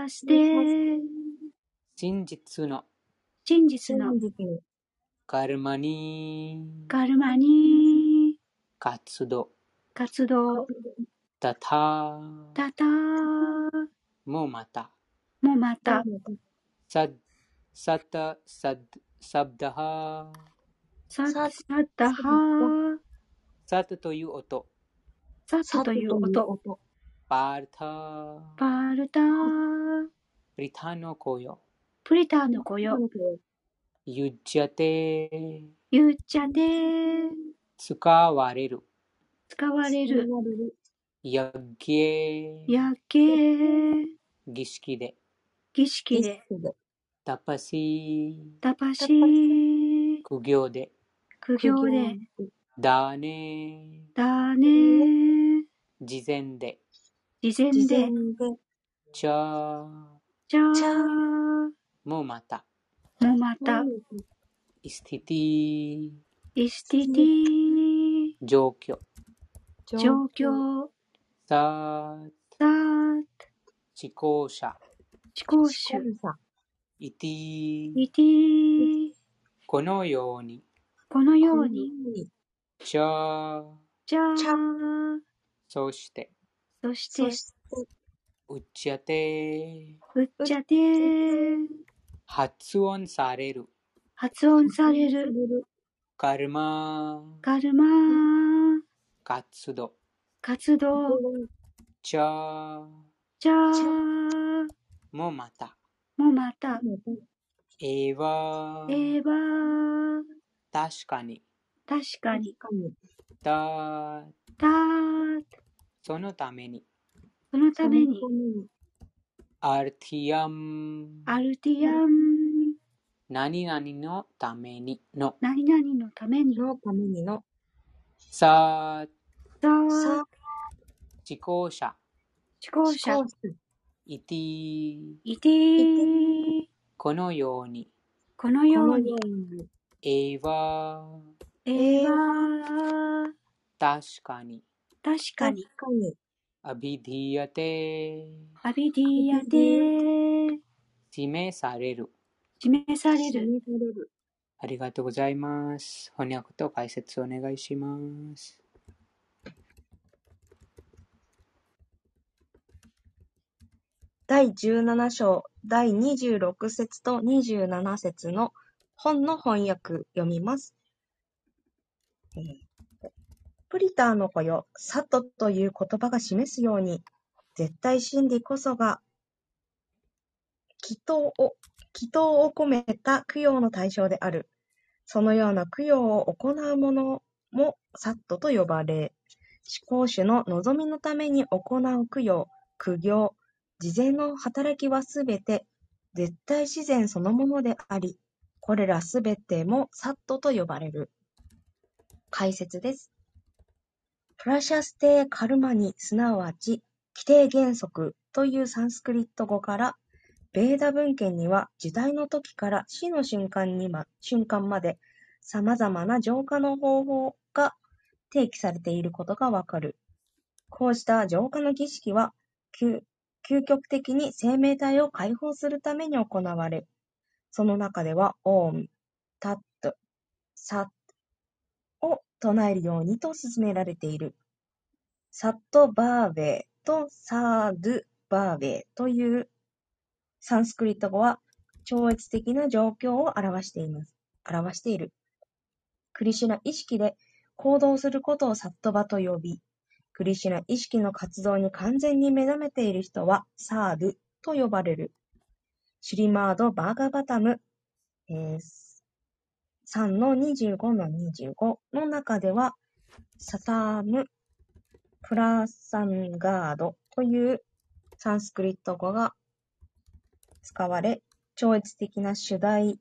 して、 真実の真実のカルマにカルマに活動活動たたたたもまたもまたサッサタサッサブダハサッタハサタという音サットという音パータパールタプリタの声プリタの子よユッチャテゆっちゃで使われる使われるヤッゲやけ儀式で儀式でタパシタパシ苦行で苦行でダーネだね事前で事前でチャじゃあもまたもまたイスティティイスティティ状況状況サーさー思考者思考者イティイティこのようにこのようにチャじゃあそしてそしてウッチャテうっちゃて発音される発音されるカルマカルマ活動活動チャじゃあもまたもまたエヴァえば確かに確かにたたそのためにそのためにアルティアムアルティアン何々のためにの何々のためにささ思考者思考者イティいてーこのようにこのようにエヴァえば確かに確かにアビディアテアビディアで示される示されるありがとうございます翻訳と解説お願いします第17章第26節と27節の本の翻訳読みます。プリターの子よ、サトという言葉が示すように、絶対真理こそが祈祷を込めた供養の対象である。そのような供養を行うものもサットと呼ばれ、思考主の望みのために行う供養、苦行、事前の働きはすべて絶対自然そのものであり、これらすべてもサットと呼ばれる。解説です。プラシャステーカルマニ、すなわち規定原則というサンスクリット語から、ベーダ文献には時代の時から死の瞬間まで様々な浄化の方法が提起されていることがわかる。こうした浄化の儀式は究極的に生命体を解放するために行われ、その中ではオーム、タット、サッを唱えるようにと勧められている。サットバーベーとサードゥバーベーというサンスクリット語は超越的な状況を表している。クリシュナ意識で行動することをサットバと呼び、クリシュナ意識の活動に完全に目覚めている人はサードゥと呼ばれる。シュリマード・バーガバタム、3-25-25の中では、サターム・プラサンガードというサンスクリット語が使われ、超越的な主題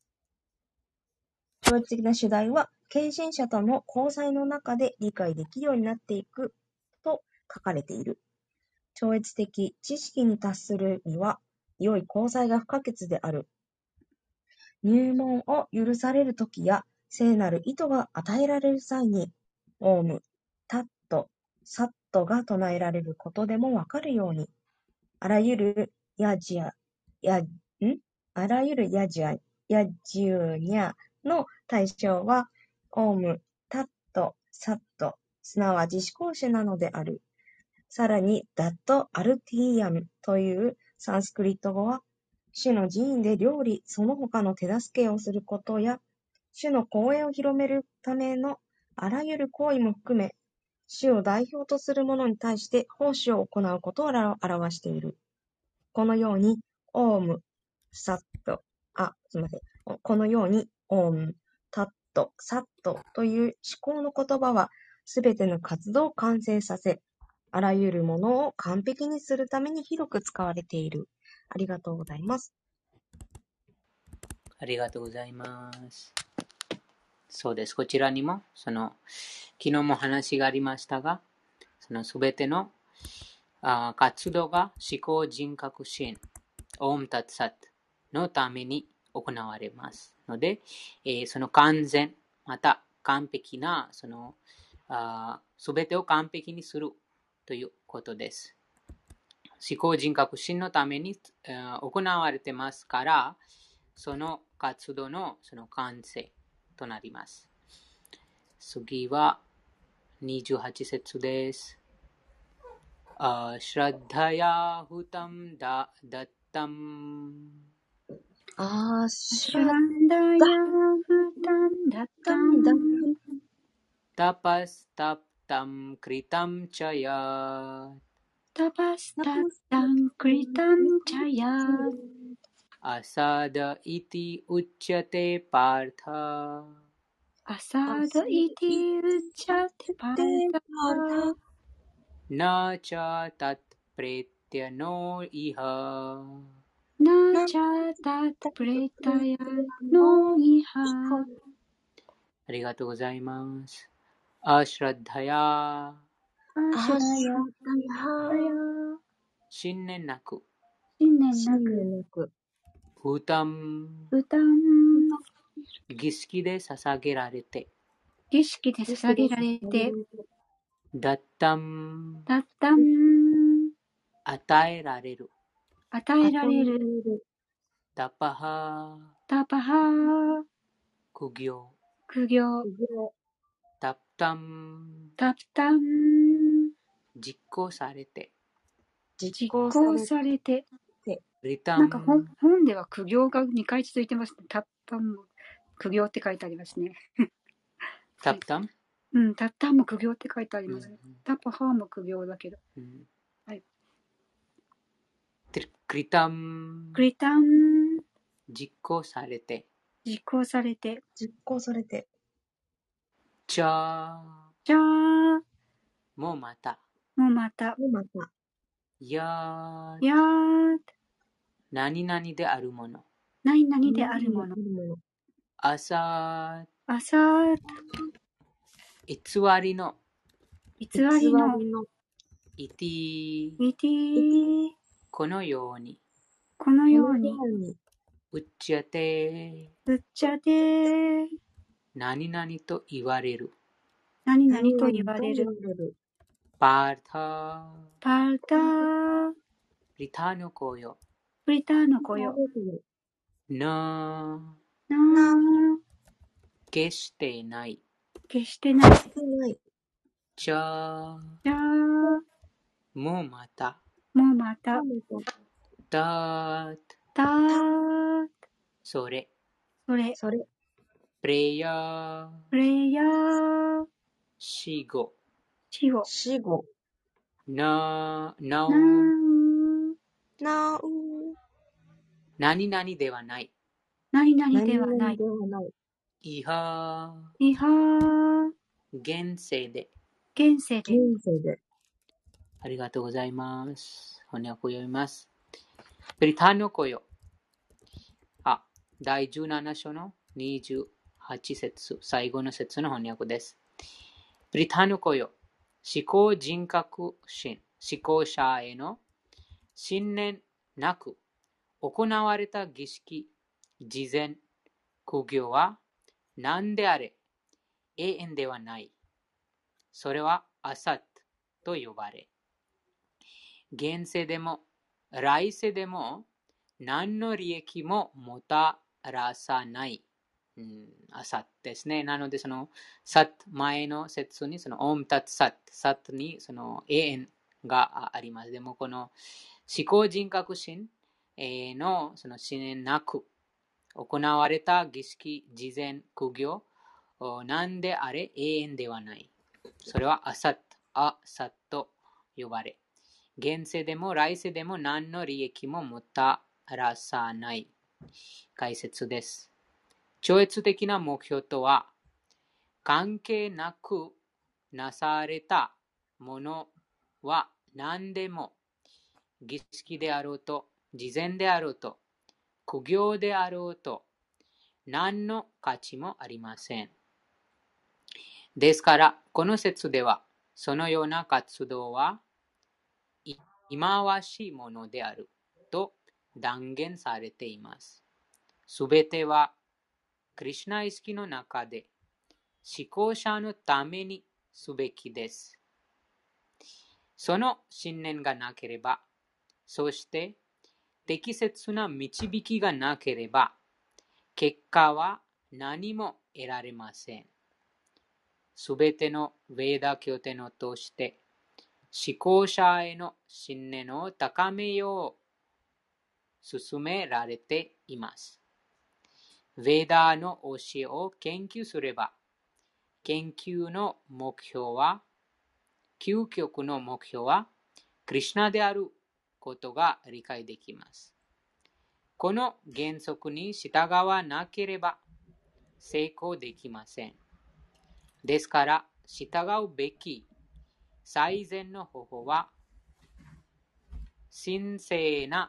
は、献身者との交際の中で理解できるようになっていくと書かれている。超越的知識に達するには、良い交際が不可欠である。入門を許されるときや、聖なる意図が与えられる際に、オーム、タット、サットが唱えられることでもわかるように、あらゆるやじや、あらゆるやじゅにゃの対象は、オウム、タット、サット、すなわち思考者なのである。さらに、ダット・アルティーヤムというサンスクリット語は、主の寺院で料理その他の手助けをすることや、主の講演を広めるためのあらゆる行為も含め、主を代表とする者に対して奉仕を行うことを表している。このように、オウム、サット、このように、オウム、タット、サットという思考の言葉は、すべての活動を完成させ、あらゆるものを完璧にするために広く使われている。ありがとうございます。 ありがとうございます。そうです。こちらにも、昨日も話がありましたが、すべての活動が思考人格心、オムタッサッのために行われますので、その完全、また完璧な、すべてを完璧にするということです。思考人格心のために行われてますから、その活動のその完成となります。次は28節です。シラッダヤフタムダダッタムシシュランダヤフタンダタンタパスタプタムクリタムチャヤタパスタタンクリタンチャヤアサダイティウッチャテパータアサダイティウチャテパータナチャタトプレティノイハナチャタトプレタヤノイハ。 ありがとうございます。アシュラッダヤアシュラヤ信念なく信念なくフタム歌う儀式で捧げられて儀式で捧げられてダッタムだったん与えられる与えられるタパハタパハ苦行苦行タプタムタプタン実行されて実行されてリタなんかム本では苦行が2回続いてますね。タプタンも苦行って書いてありますね。 タプタムタプタンも苦行って書いてありますね。タパハも苦行だけど。はい。 クリタムクリタン実行されて実行されてチャじゃあもまたもまたややー何々であるもの何々であるもの朝偽りの偽りのイティイティこのようにうっちゃてぶっちゃて何々と言われる何々と言われるパータパルタリタの子よプリターの子よな決してない決してないじゃじゃあもうまただたそれプレイヤー死後なお何々ではない何々ではないいは現世でありがとうございます。翻訳を読みます。プリタの子よ。第17章の28節、最後の節の翻訳です。プリタの子よ。思考人格心、思考者への信念なく行われた儀式、事前、苦行は何であれ、永遠ではない。それはアサットと呼ばれ、現世でも来世でも何の利益ももたらさない、アサットですね。なので、そのサット、前の説にそのオムタツサット、サットにその永遠があります。でも、この思考人格心のその思念なく行われた儀式、事前、苦行、なんであれ永遠ではない。それはアサット呼ばれ、現世でも来世でも何の利益ももたらさない解説です。超越的な目標とは、関係なくなされたものは何でも、儀式であろうと、事前であろうと、苦行であろうと、何の価値もありません。ですから、この説では、そのような活動は、忌まわしいものであると断言されています。すべては、クリシュナ意識の中で、思考者のためにすべきです。その信念がなければ、そして適切な導きがなければ、結果は何も得られません。すべてのヴェーダ経典を通して、思考者への信念を高めよう進められています。ヴェーダの教えを研究すれば、研究の目標は、究極の目標は、クリシュナであることが理解できます。この原則に従わなければ成功できません。ですから、従うべき最善の方法は、神聖の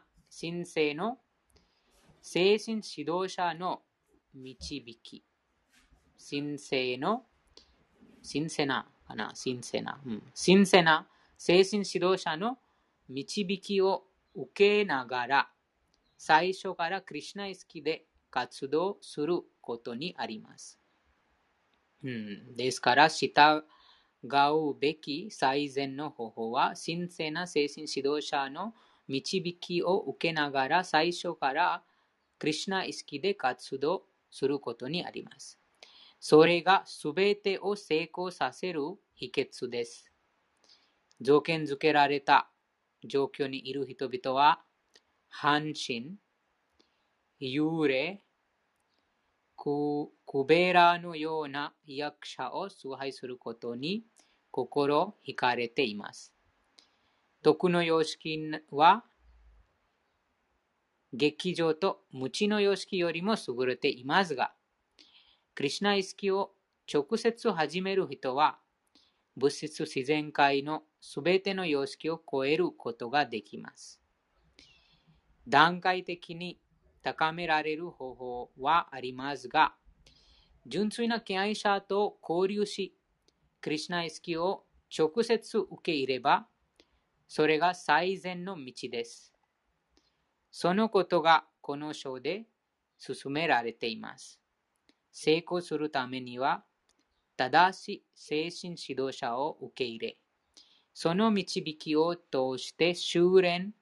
精神指導者の導き。神聖な精神指導者の導きを受けながら、最初からクリシュナ意識で活動することにあります。ですから、従うべき最善の方法は、神聖な精神指導者の導きを受けながら、最初からクリシュナ意識で活動することにあります。それがすべてを成功させる秘訣です。条件付けられた状況にいる人々は、半身、幽霊、クベラのような役者を崇拝することに心惹かれています。徳の様式は、劇場と無知の様式よりも優れていますが、クリシュナ意識を直接始める人は、物質自然界のすべての様式を超えることができます。段階的に高められる方法はありますが、純粋な敬愛者と交流し、クリシュナ意識を直接受け入れば、それが最善の道です。そのことがこの章で進められています。成功するためには、正しい精神指導者を受け入れ、その導きを通して訓練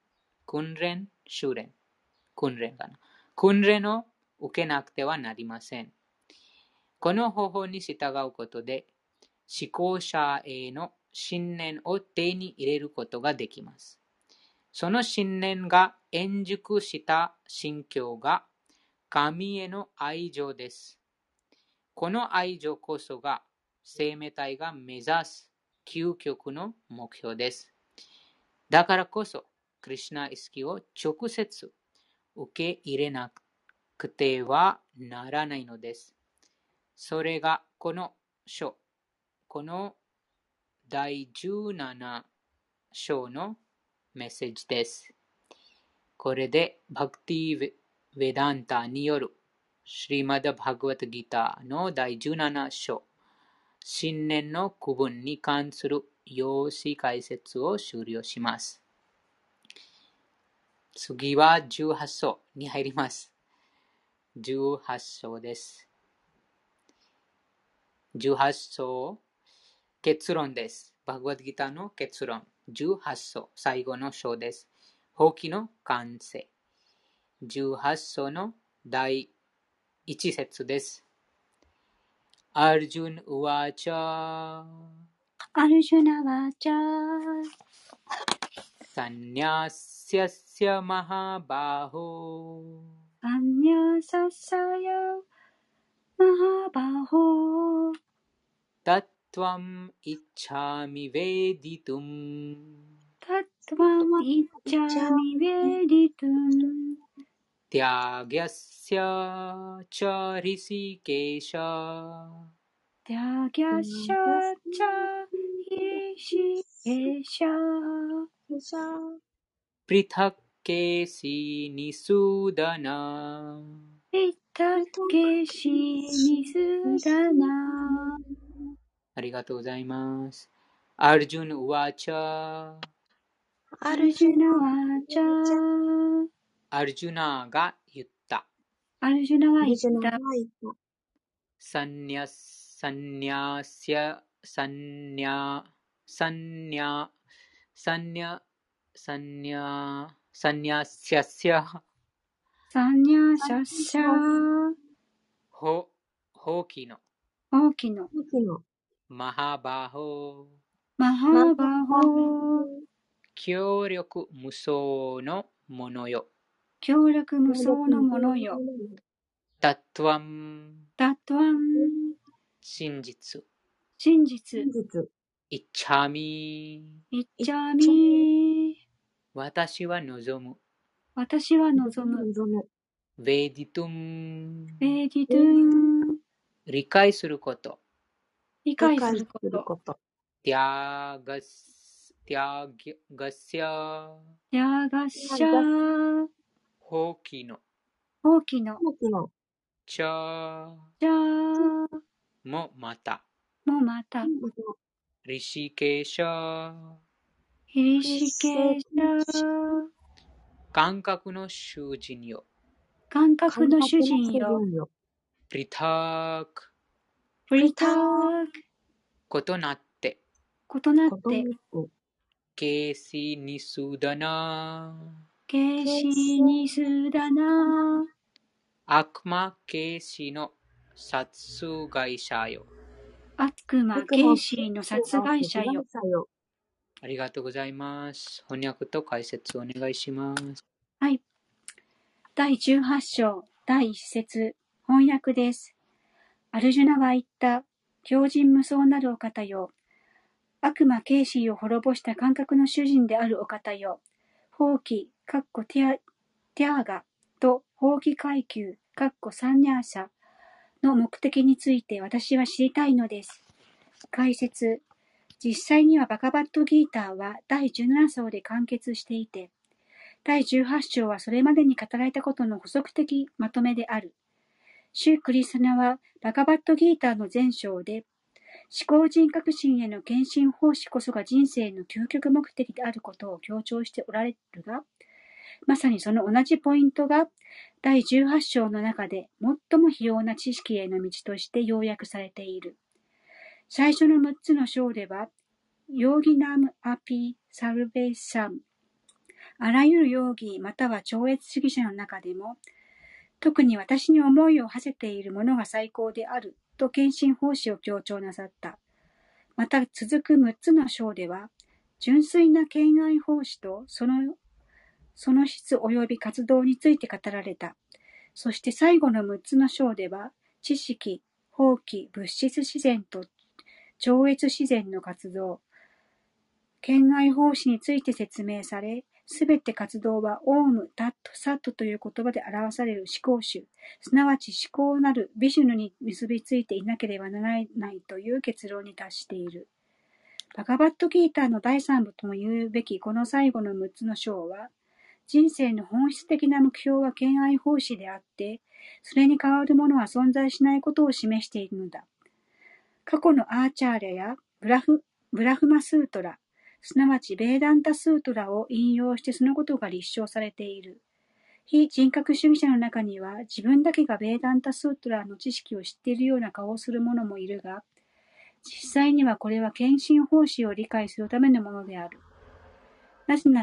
を受けなくてはなりません。この方法に従うことで、思考者への信念を手に入れることができます。その信念が円熟した心境が神への愛情です。この愛情こそが生命体が目指す究極の目標です。だからこそ、クリシュナ意識を直接受け入れなくてはならないのです。それがこの書、この第17章のメッセージです。これでバクティ・ヴェダンタによるシリマダ・バガヴァット・ギターの第17章、信念の区分に関する要旨解説を終了します。次は18章に入ります。18章です。18章、結論です。バガヴァットギターの結論。18章、最後の章です。 ほうきの完成。18章の第1節です。アルジュン・ウワチャアルジュナワチャサンニャスヤスヤマハバホサンニャサッサヤマハバホタットワムイッチャミヴェディトゥムタットワンイッチャミヴェディトゥンティアギャスヤチャリシケシャテャギャシャチャヒシケシャプリタケシニスダナリタケシニスダナありがとうございます。アルジュン・ウワチャアルジュナワチャアルジュナが言った。 アルジュナは言った。 サンニャサンニャシャサンニャサンニャサンニャサンニャサンニャシャシャサンニャシャシャほうきの大きのマハバホマハバホ協力無双のものよ。 協力無双のものよ。 タトワンタトワン真実真実イッチャミイッチャミ私は望む私は望むベディトゥンベディトゥン理解すること理解することティアガスヤティアガッシャほうきの大きのチャじゃあもまたもまたリシケシャヒリシケシャ感覚の主人よ感覚の主人よプリタークプリターク異なって異なってケーシニスダナケーシニスダナ悪魔ケーシの殺害者よ悪魔ケーシの殺害者よ。 ありがとうございます。翻訳と解説お願いします。 はい。第18章第1節翻訳です。アルジュナは言った。強靭無双なるお方よ。悪魔ケーシーを滅ぼした感覚の主人であるお方よ。法規、ティアーガと法規階級、サンニャーシャの目的について私は知りたいのです。解説。実際にはバガバットギーターは第17章で完結していて、第18章はそれまでに語られたことの補足的まとめである。シュー・クリスナはバガバットギーターの前章で、思考人格心への献身奉仕こそが人生の究極目的であることを強調しておられるが、まさにその同じポイントが第18章の中で最も非要な知識への道として要約されている。最初の6つの章では、ヨーギナム・アピ・サルベーシャン、あらゆるヨーギまたは超越主義者の中でも、特に私に思いを馳せているものが最高であると献身奉仕を強調なさった。また続く6つの章では、純粋な敬愛奉仕とその質及び活動について語られた。そして最後の6つの章では、知識、法規、物質自然と超越自然の活動、敬愛奉仕について説明され、すべて活動はオーム、タット、サットという言葉で表される思考主、すなわち思考なるビシュヌに結びついていなければならないという結論に達している。バガバットギーターの第3部とも言うべきこの最後の6つの章は、人生の本質的な目標は敬愛奉仕であって、それに代わるものは存在しないことを示しているのだ。過去のアーチャーリャやブラフマスートラ、すなわちベーダンタスートラを引用してそのことが立証されている。非人格主義者の中には自分だけがベーダンタスートラの知識を知っているような顔をする者もいるが、実際にはこれは献身奉仕を理解するためのものである。なぜなら、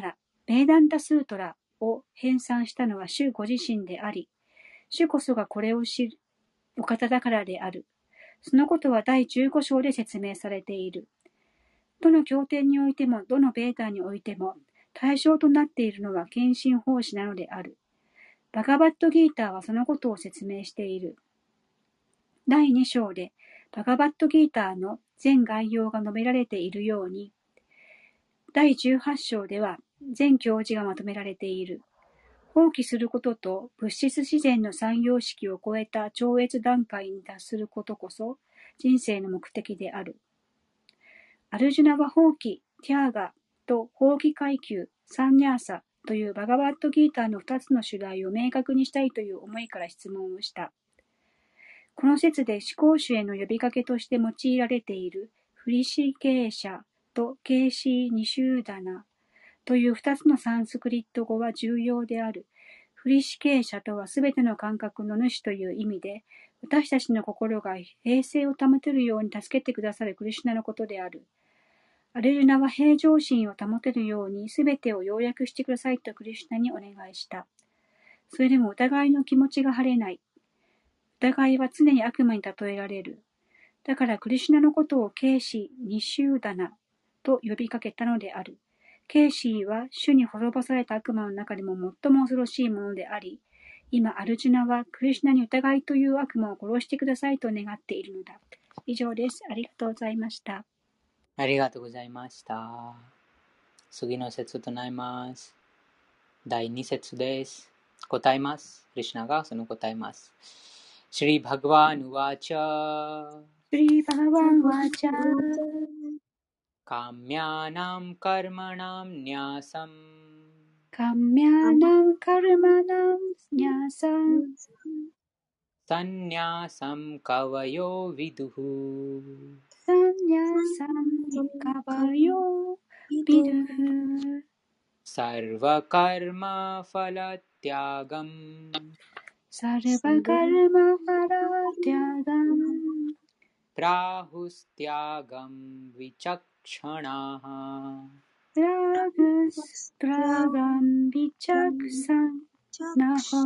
ベーダンタスートラを編纂したのは主ご自身であり、主こそがこれを知るお方だからである。そのことは第15章で説明されている。どの経典においても、どのベーダにおいても、対象となっているのは献身奉仕なのである。バガバットギーターはそのことを説明している。第2章で、バガバットギーターの全概要が述べられているように、第18章では全教示がまとめられている。放棄することと物質自然の三様式を超えた超越段階に達することこそ人生の目的である。アルジュナは放棄、ティアーガと放棄階級、サンニャーサというバガバットギーターの2つの主題を明確にしたいという思いから質問をした。この説で思考主への呼びかけとして用いられているフリシケーシャとケーシー・ニシューダナという2つのサンスクリット語は重要である。フリシケーシャとはすべての感覚の主という意味で、私たちの心が平静を保てるように助けてくださるクリシュナのことである。アルジュナは平常心を保てるようにすべてを要約してくださいとクリシュナにお願いした。それでも疑いの気持ちが晴れない。疑いは常に悪魔に例えられる。だからクリシュナのことをケーシー・ニシューダナと呼びかけたのである。ケーシーは主に滅ぼされた悪魔の中でも最も恐ろしいものであり、今アルジュナはクリシュナに疑いという悪魔を殺してくださいと願っているのだ。以上です。ありがとうございました。 ありがとうございました。次の説となります。第2節です。答えます。クリシュナがその答えます。シリバガワンウワチャスリーバガワンワーチャーカミャナムカルマナムニャサムカミャナムカルマナムニャサムサンニャサムカワヨヴィドゥフサンニャサムカバヨビドゥフサルバカルマファラティアガムサルバカルマファラティアガムプラフスティアガムヴィチャクシャナハプラグスプラガンビチャクサナホ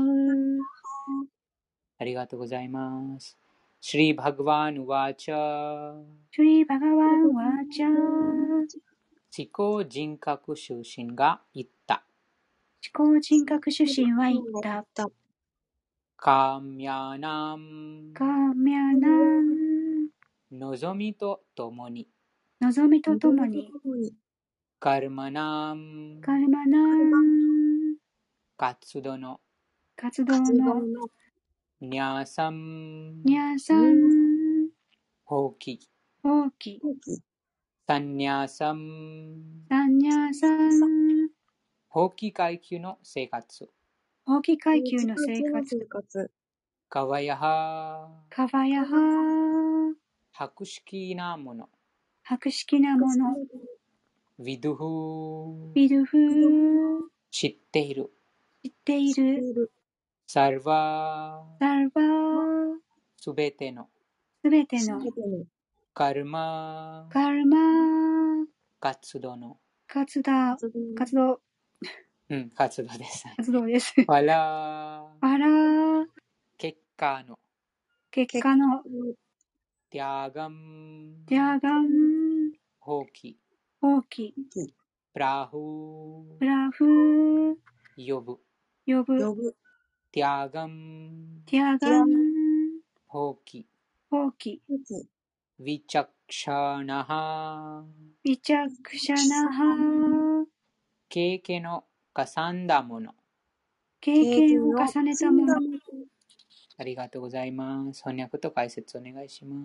ありがとうございます。シリバガワンウワチャシュリーバガワンワーチャー思考人格出身が言った。 思考人格出身は言った。 カミャナムカミャナム望みとともに望みとともにカルマナムカルマナム活動の活動のニャサムニャサン放棄放棄サンニャサムサンニャサン放棄階級の生活放棄階級の生活カワヤハカバヤハ博識なもの博識なものヴィドゥフビドゥフ知っている知っているサルバサルバーすべてのすべてのカルマカルマ活動の活動活動です活動ですパラパラ結果の結果のティアガムティアガン放棄放棄プラフプラフ呼ぶ呼ぶティアガムティアガン放棄放棄ヴィチャクシャナハビチャクシャナハ経験の重んだもの経験を重ねたものありがとうございます。翻訳と解説お願いします。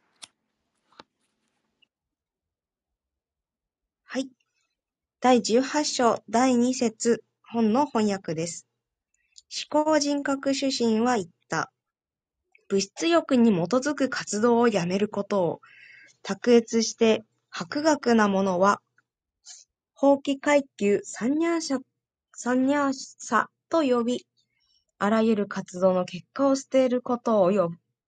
はい。第18章第2節本の翻訳です。思考人格主神は言った。物質欲に基づく活動をやめることを卓越して博学な者は放棄階級サンニャーサと呼び、あらゆる活動の結果を捨てることを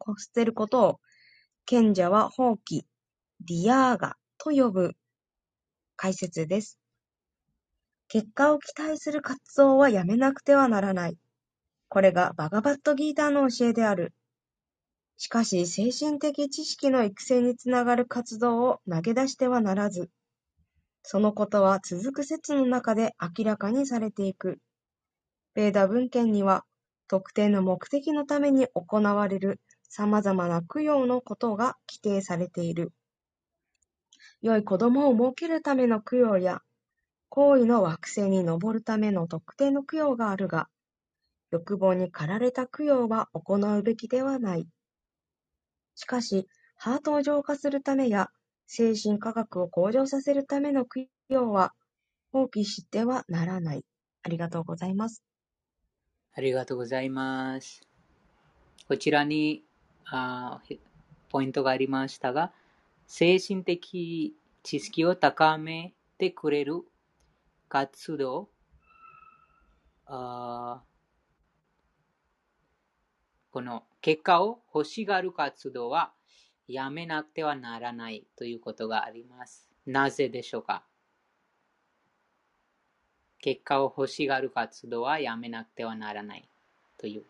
賢者は放棄ディアーガと呼ぶ。解説です。 結果を期待する活動はやめなくてはならない。これがバガバットギーターの教えである。しかし、精神的知識の育成につながる活動を投げ出してはならず、そのことは続く説の中で明らかにされていく。ベーダ文献には、特定の目的のために行われる様々な供養のことが規定されている。良い子供を設けるための供養や、行為の惑星に登るための特定の供養があるが、欲望に駆られた供養は行うべきではない。しかし、ハートを浄化するためや、精神科学を向上させるための供養は放棄してはならない。ありがとうございます。 ありがとうございます。こちらにポイントがありましたが、精神的知識を高めてくれる活動、この結果を欲しがる活動はやめなくてはならないということがあります。なぜでしょうか？結果を欲しがる活動はやめなくてはならないという。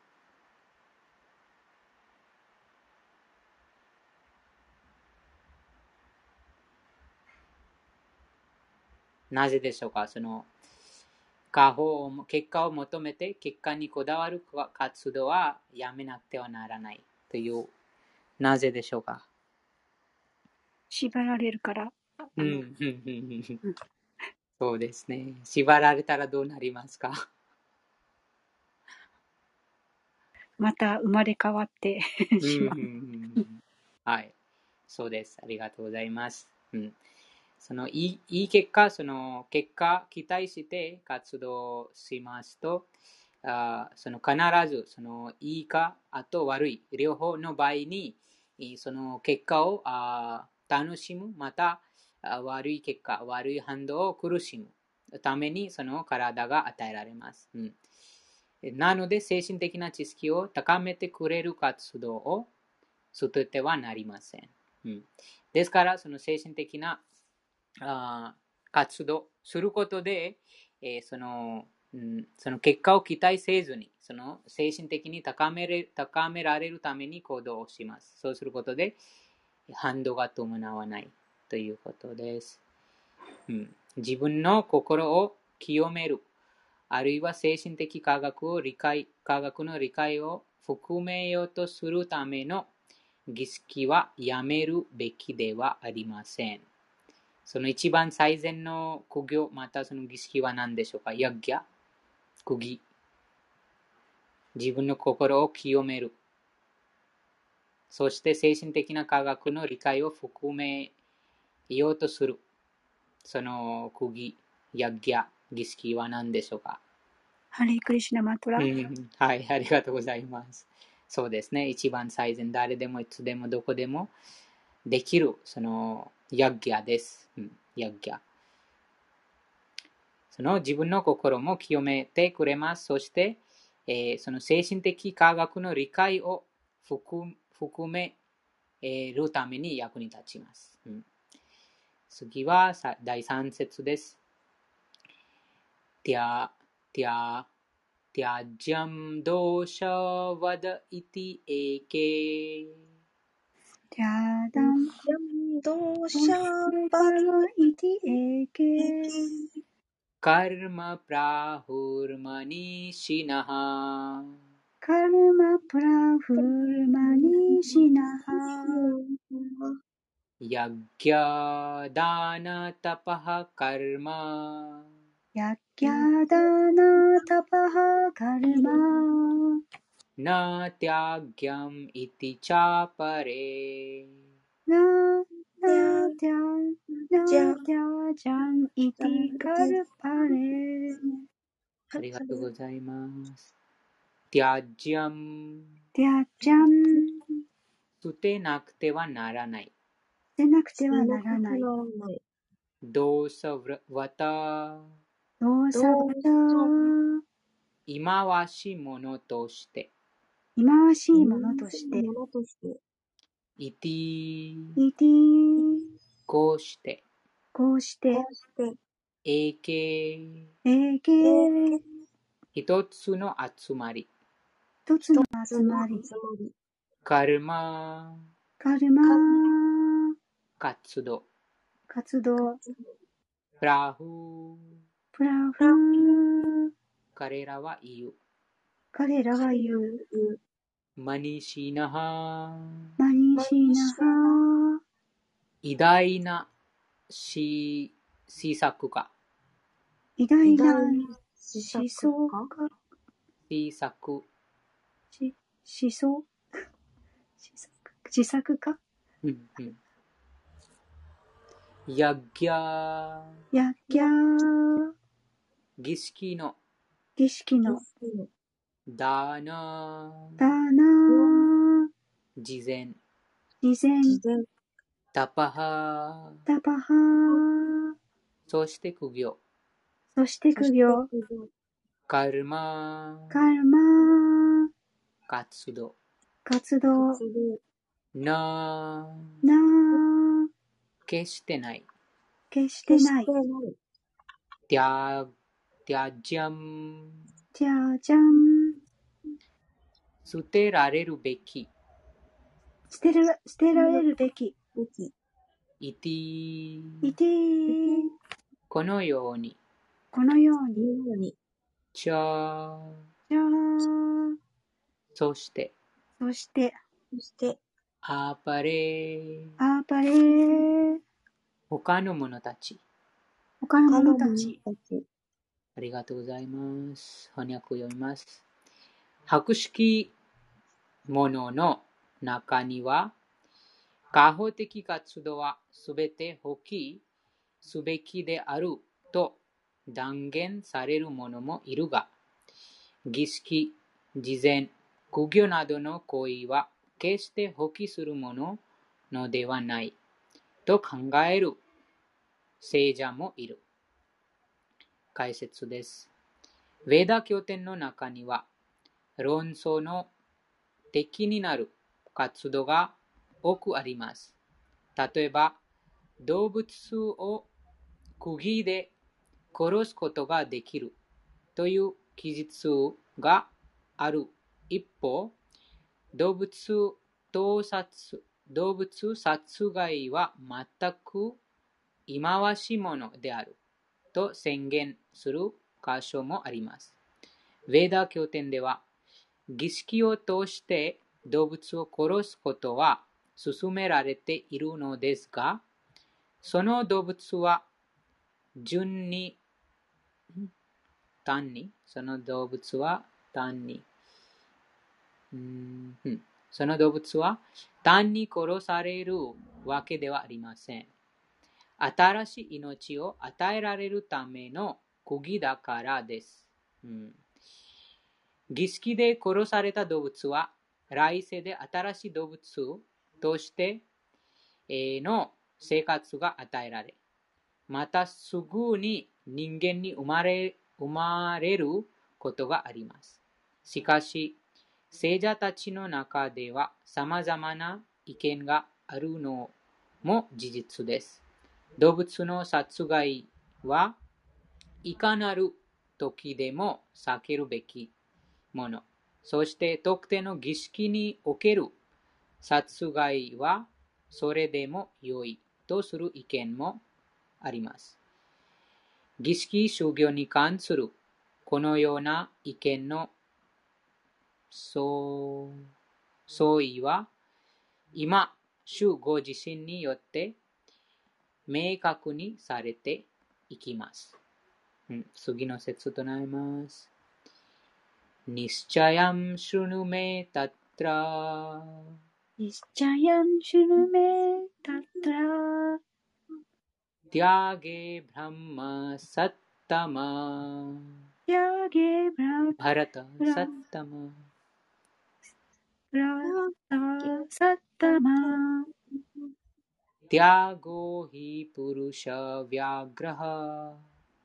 なぜでしょうか？その結果を求めて結果にこだわる活動はやめなくてはならないという。なぜでしょうか？ 縛られるから。 そうですね。縛られたらどうなりますか？ また生まれ変わってしまう。 はい。そうです。ありがとうございます。そのいい結果、その結果期待して活動しますと、その必ずそのいいか、あと悪い、両方の場合に、その結果を楽しむ、また悪い結果、悪い反動を苦しむために、その体が与えられます。なので、精神的な知識を高めてくれる活動を捨ててはなりません。ですから、その精神的な活動することで、その結果を期待せずに、その精神的に高められるために行動をします。そうすることで、反動が伴わないということです。自分の心を清める、あるいは精神的科学の理解を含めようとするための儀式はやめるべきではありません。その一番最善の苦行、またその儀式は何でしょうか？ヤッギャ、釘。自分の心を清める。そして精神的な科学の理解を含めようとする。その釘、ヤッギャ、儀式は何でしょうか？ ハレクリシュナマトラ。 はい、ありがとうございます。そうですね。一番最善、誰でもいつでもどこでもできる、そのヤッギャです。ヤッギャ。その自分の心も清めてくれます。そして、その精神的科学の理解を含めるために役に立ちます。次は第3節です。त्याज्यं दोषवद इति एके त्यादं इति एके कर्म प्राहुर्मनीषिणः कर्म प्राहुर्मनीषिणः यज्ञदानतपः कर्म यज्ञदानतपः कर्म न त्याज्यम् इति चापरे न त्याजं इति कर्परे。 ありがとうございます。त्याज्यम 捨てなくてはならない。 捨てなくてはならない。 ドーサヴァタ忌まわしいものとして忌まわしいものとしてイティイティこうして英形、 英形、 一つの集まり。 一つの集まり。 カルマ、 カルマ、 活動。 活動。 プラフ、 プラフ、 彼らは言う。 彼らは言う。 マニシナハ、 マニシナハ、 偉大な施策家。 偉大な思想家。 施策。 思想施策家。 ヤギャ、 ヤギャ、 儀式の。 儀式の。 ダーナ、 ダナ、 事前。 事前。 タパハ、 タパハ、 そして苦行。 そして苦行。 カルマ、 カルマ、 活動。 活動。 な、決してない。 決してない。 テャジャム、 じゃじゃん。 捨てられるべき。 捨てられるべき。 イティ、 イティ、 このように。 このように。 チャ、 じゃー、 そして。アーパレ、 アーパレー、 他の者たち。 他の者たち。 ありがとうございます。翻訳を読みます。博識者の中には、家法的活動はすべて放棄すべきであると断言される者もいるが、儀式、事前、苦行などの行為は決して放棄するものではないと考える聖者もいる。解説です。ヴェーダ経典の中には、論争の敵になる活動が多くあります。例えば、動物を釘で殺すことができるという記述がある一方、動物殺害は全く忌まわしいものであると宣言する箇所もあります。ヴェーダ経典では、儀式を通して動物を殺すことは勧められているのですが、その動物は単に殺されるわけではありません。新しい命を与えられるための釘だからです。儀式で殺された動物は来世で新しい動物としての生活が与えられ、またすぐに人間に生まれることがあります。しかし、聖者たちの中では様々な意見があるのも事実です。動物の殺害はいかなる時でも避けるべきもの。そして特定の儀式における殺害はそれでも良いとする意見もあります。儀式修行に関するこのような意見の相違は今、主ご自身によって明確にされていきます。次の節となります。ニシチャヤムシュヌメタトラニシチャヤムシュヌメタトラティャゲブランマサッタマティャゲブラバラタサッタマサッタマティャゴヒプルシャヴィャグラハ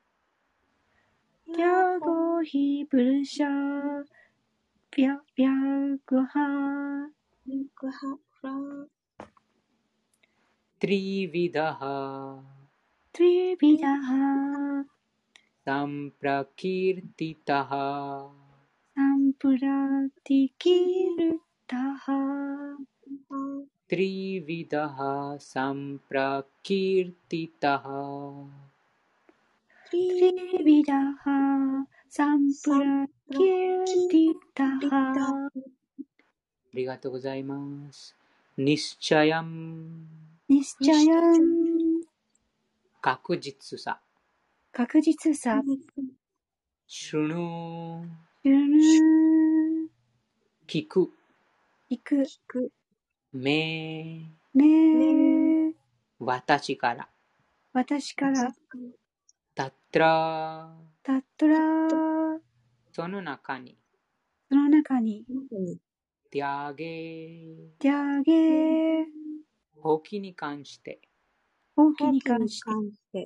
ティャゴヒプルシャヴィャグハトリヴィダハトリビダハサンプラキルティタハサンプラティキルタハトリビダハサンプラキルティタハトリビダハサンプラキルティタハ。 ありがとうございます。ニシチャヤン、 ニシチャヤン、 確実さ。 確実さ。 シュヌー、 シュヌ聞く。 ー、聞く。 め、 め、 私から。 私から。 タットラ、 タットラー、 その中に。 その中に。 ティアゲ、 ティアゲー、 放棄に関して。 放棄に関して。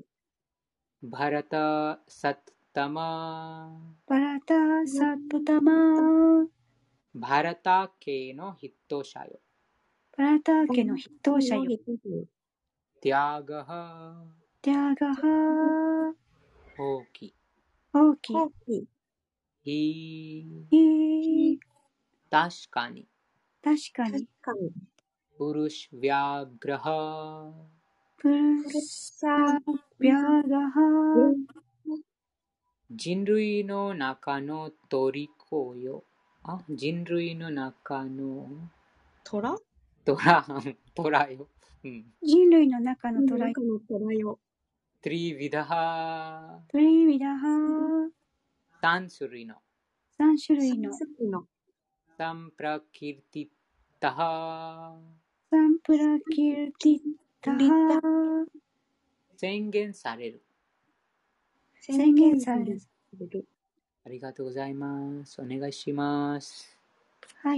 バラタ・サッタマ、 バラタ・サットタマー、 バラタ家の筆頭者よ。 バラタ家の筆頭者よ。 ティアガハ、 ティアガハ、 放棄。 放棄。 確かに。 確かに。 プルシヴィアグラハ、 プルサビャガハ、 人類の中の鳥子よ。人類の中のトラよ。 人類の中のトラよ。 トリヴィダハ、 トリヴィダハ、 3種類の。サンプラキルティタハ、 サンプラキルティタハ、 宣言される。ありがとうございます。お願いします。 はい。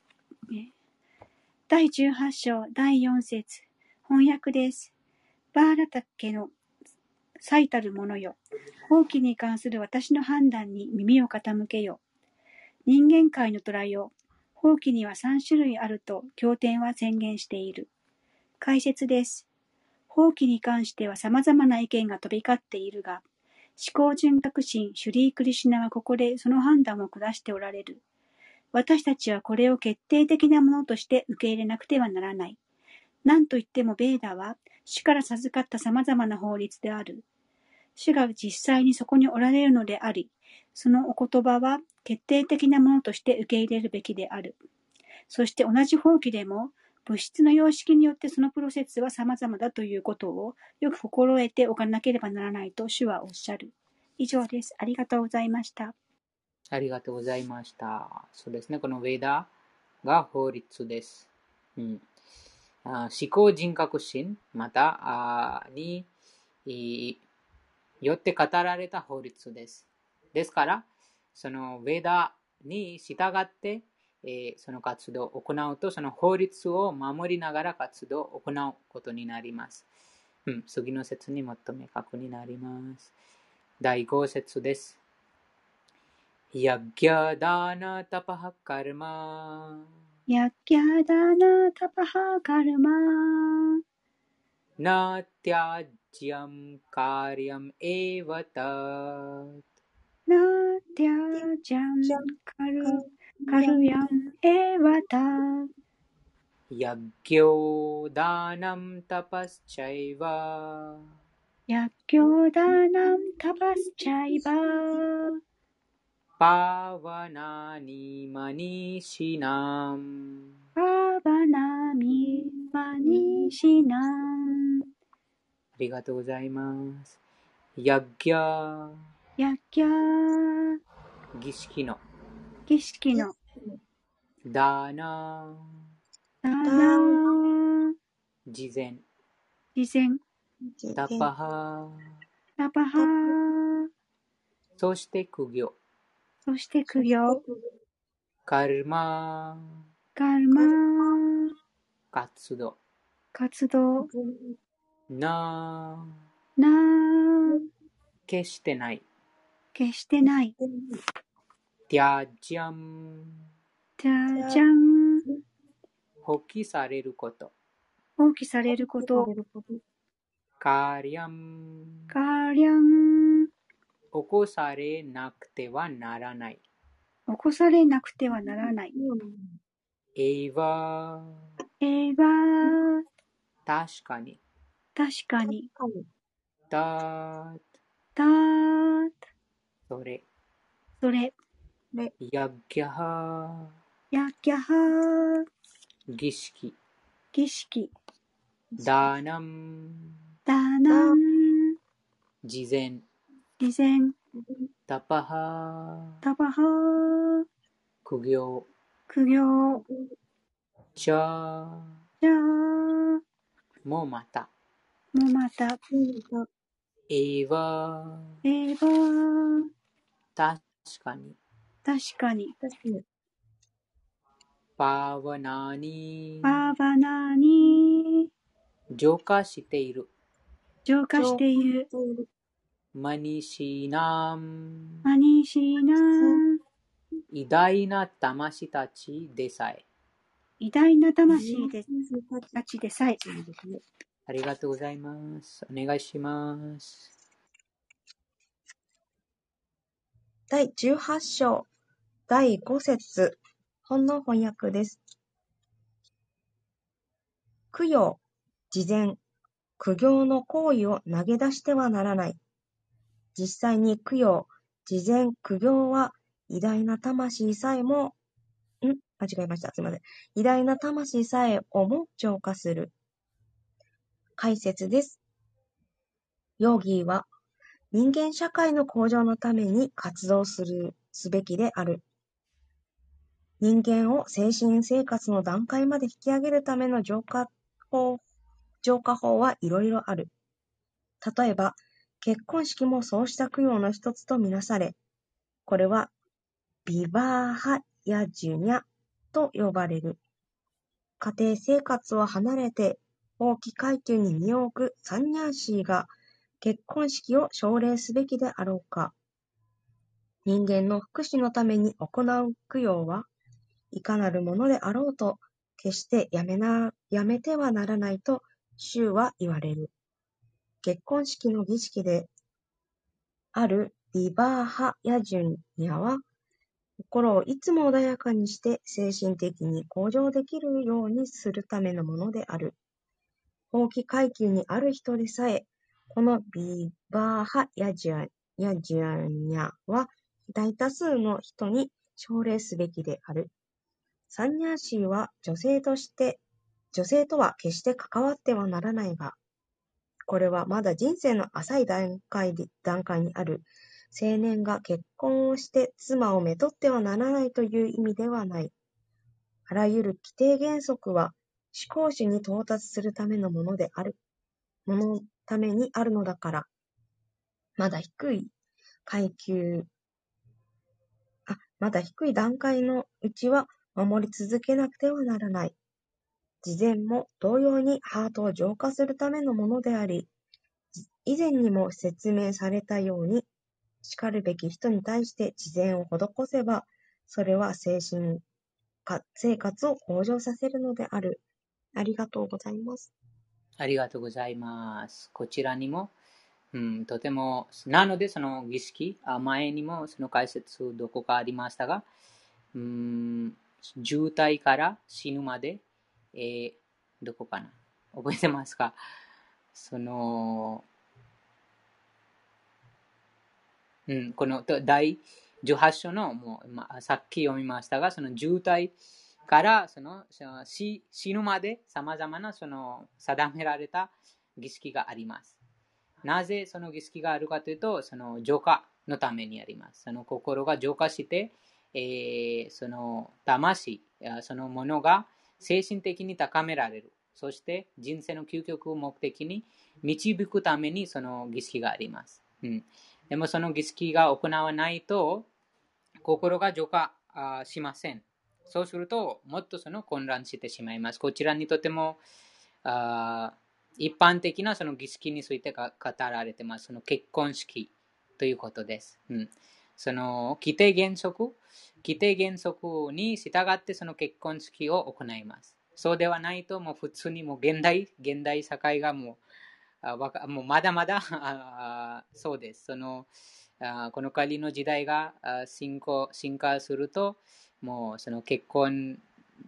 第18章第4節翻訳です。バーラタ家の最たるものよ。放棄に関する私の判断に耳を傾けよ。人間界の虎よ。放棄には3種類あると経典は宣言している。解説です。放棄に関しては様々な意見が飛び交っているが、思考人格神シュリー・クリシュナはここでその判断を下しておられる。私たちはこれを決定的なものとして受け入れなくてはならない。何といってもベーダは主から授かった様々な法律である。主が実際にそこにおられるのであり、そのお言葉は決定的なものとして受け入れるべきである。そして同じ法規でも物質の様式によってそのプロセスは様々だということをよく心得ておかなければならないと主はおっしゃる。以上です。ありがとうございました。 ありがとうございました。そうですね。このヴェダが法律です。思考人格心またによって語られた法律です。ですから、そのヴェダに従って、その活動を行うと、その法律を守りながら活動を行うことになります。次の節にもっと明確になります。第5節です。ヤッギャダーナタパハカルマヤッギャダーナタパハカルマナティアジャムカリアムエヴァターナティアジャンカルヤンエヴァターヤッギョダーナムタパスチャイバヤッギョダーナムタパスチャイバパワナニマニシナムパワナミマニシナム。 ありがとうございます。ヤッギャ儀式のダーナ事前タパハそして苦行カルマ活動な決してないティアジャム放棄されることカリャンカリャン。 起こされなくてはならない。 起こされなくてはならない。 エイバエヴァ。 確かに。 確かに。 タたー。 それ。 それ。 ヤギャハやぎゃはー。 儀式。 儀式。 ダーナムダナン。 事前。 事前。 タパハタバハー。 苦行。 苦行。 チャじゃー。 もまた。 もまた。 エイバエヴァ。 確かに。 確かに。 パワナーニパーバナーに浄化している。 浄化している。 マニシナムマニシーナー。 偉大な魂たちでさえ。 偉大な魂たちでさえ。 ありがとうございます。お願いします。 第18章第5節本の翻訳です。供養、事前、苦行の行為を投げ出してはならない。実際に供養、事前、苦行は偉大な魂さえも、間違えました。すみません。偉大な魂さえをも浄化する。解説です。ヨーギーは人間社会の向上のために活動すべきである。人間を精神生活の段階まで引き上げるための浄化法はいろいろある。例えば、結婚式もそうした供養の一つとみなされ、これはビバーハやジュニャと呼ばれる。家庭生活を離れて法規階級に身を置くサンニャーシーが結婚式を奨励すべきであろうか。人間の福祉のために行う供養はいかなるものであろうと決してやめてはならないと主は言われる。結婚式の儀式であるビバーハヤジュニャは心をいつも穏やかにして精神的に向上できるようにするためのものである。法規階級にある人でさえ、このビバーハヤジュニャは大多数の人に奨励すべきである。サンニャーシーは女性とは決して関わってはならないが、これはまだ人生の浅い段階にある青年が結婚をして妻をめとってはならないという意味ではない。あらゆる規定原則は思考主に到達するためのものためにあるのだから、まだ低い段階のうちは守り続けなくてはならない。事前も同様にハートを浄化するためのものであり、以前にも説明されたように、叱るべき人に対して事前を施せば、それは精神生活を向上させるのである。ありがとうございます。 ありがとうございます。こちらにも、とても、なのでその儀式、前にもその解説どこかありましたが、渋滞から死ぬまで、どこかな覚えてますか？その、この第18章のもう、さっき読みましたが、その渋滞から死ぬまで様々なその定められた儀式があります。なぜその儀式があるかというと、その浄化のためにあります。その心が浄化して、その魂、そのものが精神的に高められる。そして人生の究極を目的に導くためにその儀式があります。でもその儀式が行わないと心が浄化しません。そうするともっとその混乱してしまいます。こちらにとても一般的なその儀式について語られています。その結婚式ということです。その規定原則に従ってその結婚式を行います。そうではないともう普通にもう現代社会がもうもうまだまだそうです。この仮の時代が進化すると、もうその結婚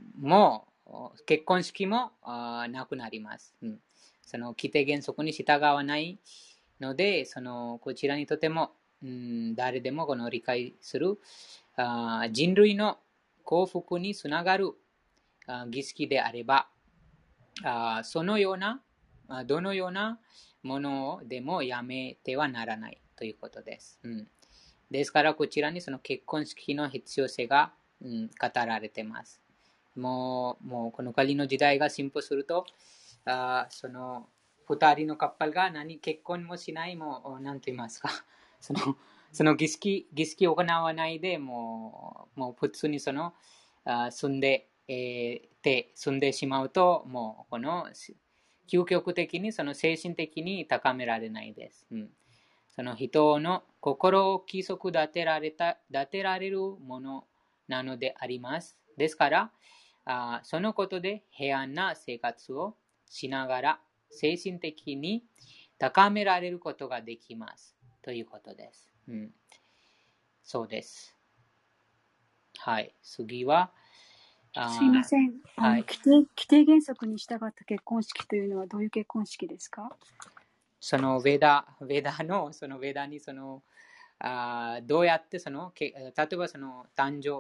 式もなくなります。その規定原則に従わないので、こちらにとても、誰でもこの理解する人類の幸福につながる儀式であれば、そのような、どのようなものでもやめてはならないということです。ですから、こちらにその結婚式の必要性が、語られています。もうこの仮の時代が進歩すると、その二人のカップルが結婚もしない、もう何と言いますか、その儀式を行わないで、もう普通に住んでしまうと、もうこの究極的に精神的に高められないです。その人の心を規則立てられるものなのであります。ですから、そのことで平安な生活をしながら精神的に高められることができますということです。そうです。はい。次は、 すいません。 はい。 規定原則に従った結婚式というのはどういう結婚式ですか？ そのヴェダにどうやって例えば誕生、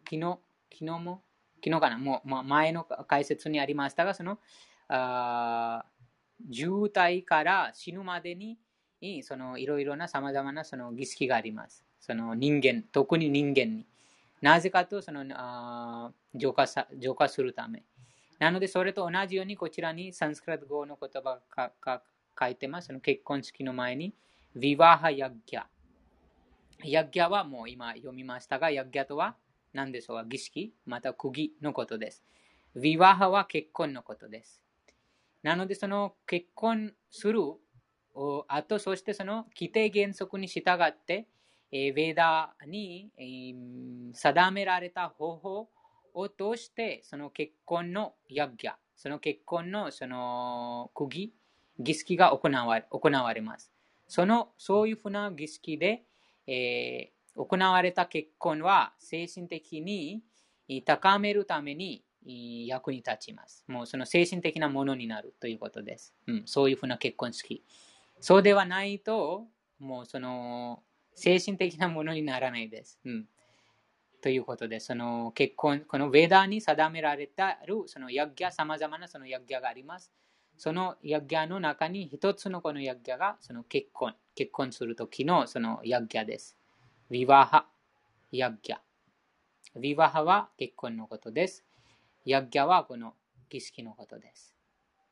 昨日かな、もう前の解説にありましたが、10代から死ぬまでに、いろいろな様々な儀式があります。特に人間に。なぜかと浄化するため。なので、それと同じように、こちらにサンスクリット語の言葉が書いてます。結婚式の前に、ヴィワハヤッギャ。ヤッギャはもう今読みましたが、ヤッギャとは何でしょうか？儀式、また区切のことです。ヴィワハは結婚のことです。なので、結婚するあと、そして規定原則に従って、ヴェダに定められた方法を通して、結婚のヤッギャ、結婚の区切、儀式が行われます。そういうふうな儀式で、行われた結婚は精神的に高めるために役に立ちます。もう精神的なものになるということです。そういうふうな結婚式。そうではないと、もう精神的なものにならないです。ということで、結婚、このヴェダに定められたヤッギャ、様々なヤッギャがあります。そのヤッギャの中に一つのこのヤッギャが結婚するときのヤッギャです。ヴィワハ、ヤッギャ。ヴィワハは結婚のことです。ヤッギャはこの儀式のことです。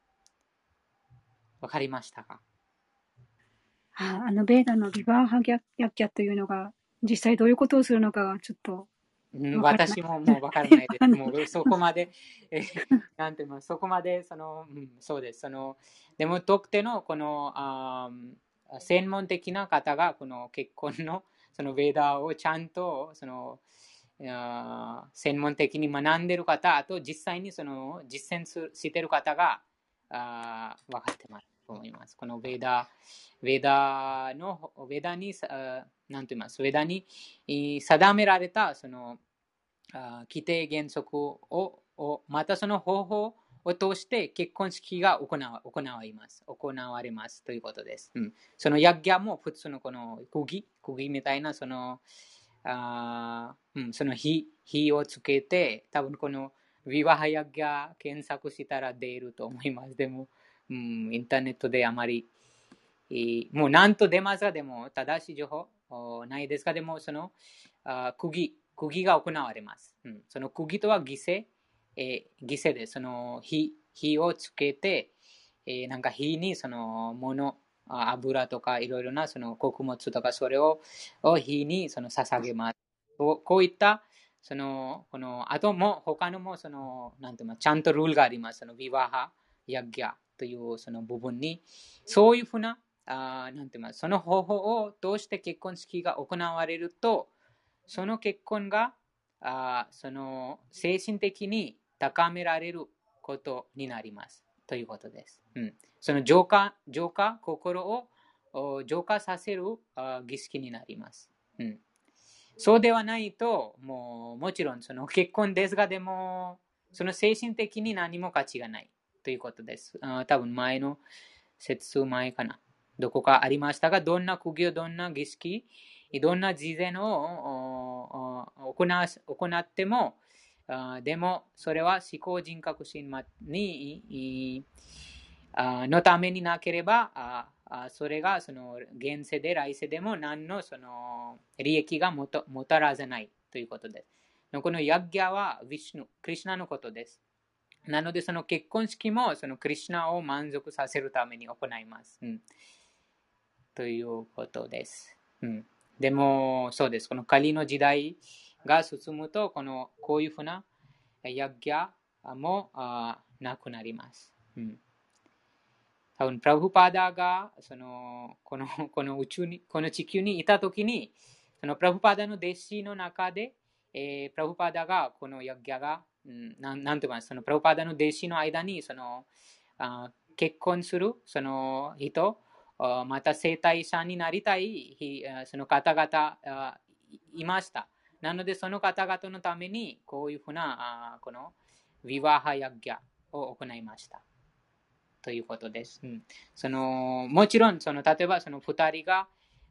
わかりましたか？ ベーダのヴィバーハギャッギャというのが実際どういうことをするのかがちょっと私ももうわからないです。もうそこまで、なんていうの、そこまで、そうです。でも特定のこの専門的な方がこの結婚のヴェダをちゃんと専門的に学んでいる方、あと実際に実践している方が分かってますと思います。このヴェダに、なんて言います、ヴェダに定められた規定原則を、またその方法を通して結婚式が行われますということです。そのヤッギャも普通のこの釘みたいな火をつけて、多分このヴィワハヤッギャ検索したら出ると思います。でも、インターネットであまり、もう何と出ますが、でも正しい情報ないですが、でも釘が行われます。その釘とは犠牲で、火をつけて、なんか火に油とかいろいろな穀物とかそれを火に捧げます。こういったあとも他のもなんていうのちゃんとルールがあります。ヴィワハ、ヤッギャという部分にそういうふうななんていうのその方法を通して結婚式が行われると、その結婚が精神的に高められることになります。 ということです。その浄化、心を浄化させる儀式になります。そうではないと、もちろんその結婚ですが、でも、その精神的に何も価値がないということです。多分前の節前かな。どこかありましたが、どんな苦行、どんな儀式、どんな事前を行っても、でも、それは思考人格心にのためになければ、それがその現世で来世でも何のその利益がもたらさないということです。このヤッギャはヴィシュヌ、クリシュナのことです。なので、その結婚式もそのクリシュナを満足させるために行います。ということです。でも、そうです。このカリの時代が進むと、こういうふうなヤッギャもなくなります。多分、プラブパダがこの宇宙に、この地球にいたときに、そのプラブパダの弟子の中で、プラブパダがこのヤッギャが、なんて言います、そのプラブパダの弟子の間に結婚するその人、また生体者になりたいその方々いました。なので、その方々のために、こういうふうなこのヴィワハヤッギャを行いました。ということです。もちろん、例えばその2人が、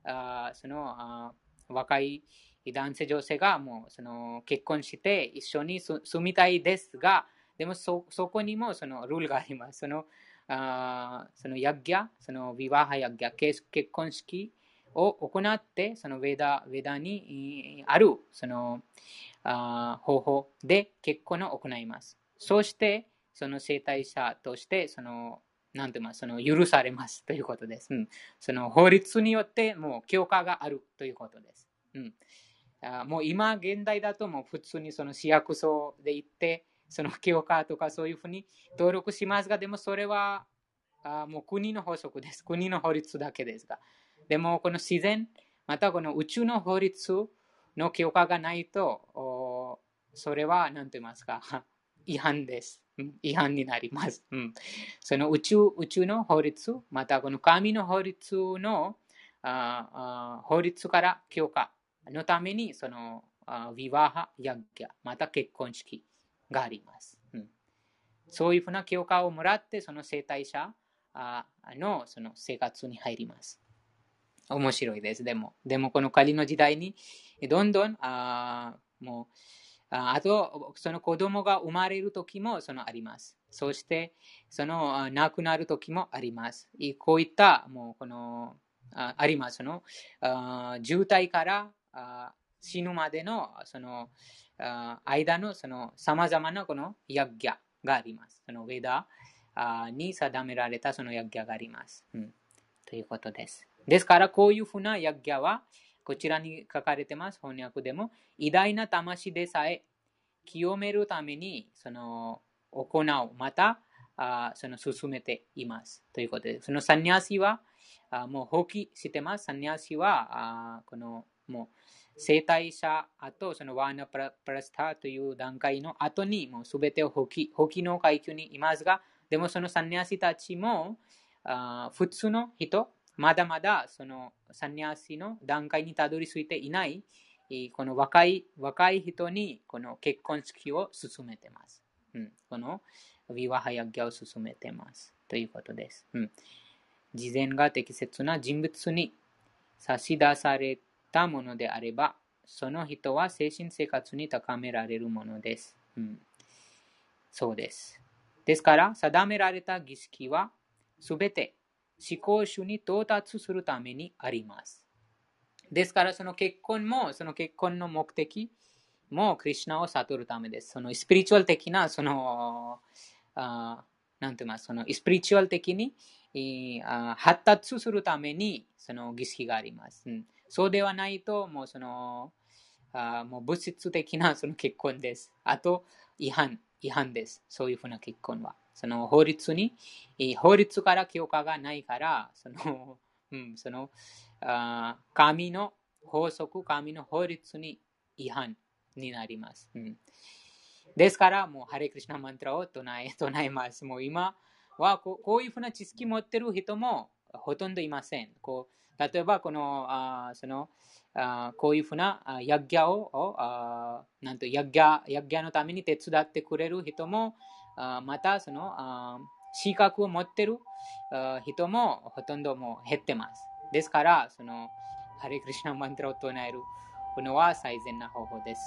若い男性女性がもう結婚して一緒に住みたいですが、でもそこにもそのルールがあります。そのヤッギャ、そのビワハヤッギャ、結婚式を行って、そのヴェダにあるその方法で結婚を行います。そして、その生体者としてなんて言います許されますということです。その法律によってもう許可があるということです。もう今現代だともう普通にその市役所で行ってその許可とかそういうふうに登録しますが、でもそれはもう国の法則です。国の法律だけですが、でもこの自然またこの宇宙の法律の許可がないとそれは何と言いますか違反です。違反になります。その宇宙の法律、またこの神の法律の法律から許可のためにそのヴィワハ・ヤッギャ、また結婚式があります。そういうふうな許可をもらって、その生体者のその生活に入ります。面白いです。でもこの仮の時代にどんどんもうあとその子供が生まれる時もあります。そして亡くなる時もあります。こういったもうあります。渋滞から死ぬまでの間のさまざまなこのヤッギャがあります。そのウェダに定められたそのヤッギャがあります。ということです。ですからこういうふうなヤッギャはこちらに書かれてます。翻訳でも偉大な魂でさえ清めるために行う、また進めています。ということで、そのサンニャシはもう放棄してます。サンニャシはもう生体者、あとそのワーナプラスタという段階の後にもうすべてを放棄の階級にいますが、でもそのサンニャシたちも普通の人、まだまだそのサンニャシの段階にたどり着いていないこの若い人にこの結婚式を進めています。このヴィワハヤッギャを進めています。ということです。事前が適切な人物に差し出されたものであれば、その人は精神生活に高められるものです。そうです。ですから、定められた儀式は、すべて思考主に到達するためにあります。ですから、その結婚も、その結婚の目的も、クリシュナを悟るためです。そのスピリチュアル的な、なんて言います、スピリチュアル的に発達するために、その儀式があります。そうではないと、もうもう物質的なその結婚です。あと、違反です。そういうふうな結婚は。その法律から許可がないから、神の法則、神の法律に違反になります。ですから、もうハレクリシナマントラを唱えます。もう今、 はこういうふうな知識を持っている人もほとんどいません。例えばこういうふうなヤギャをなんとヤギャのために手伝ってくれる人もまた資格を持っている人もほとんどもう減ってます。ですからハレクリシナマントラを唱えるのは最善な方法です。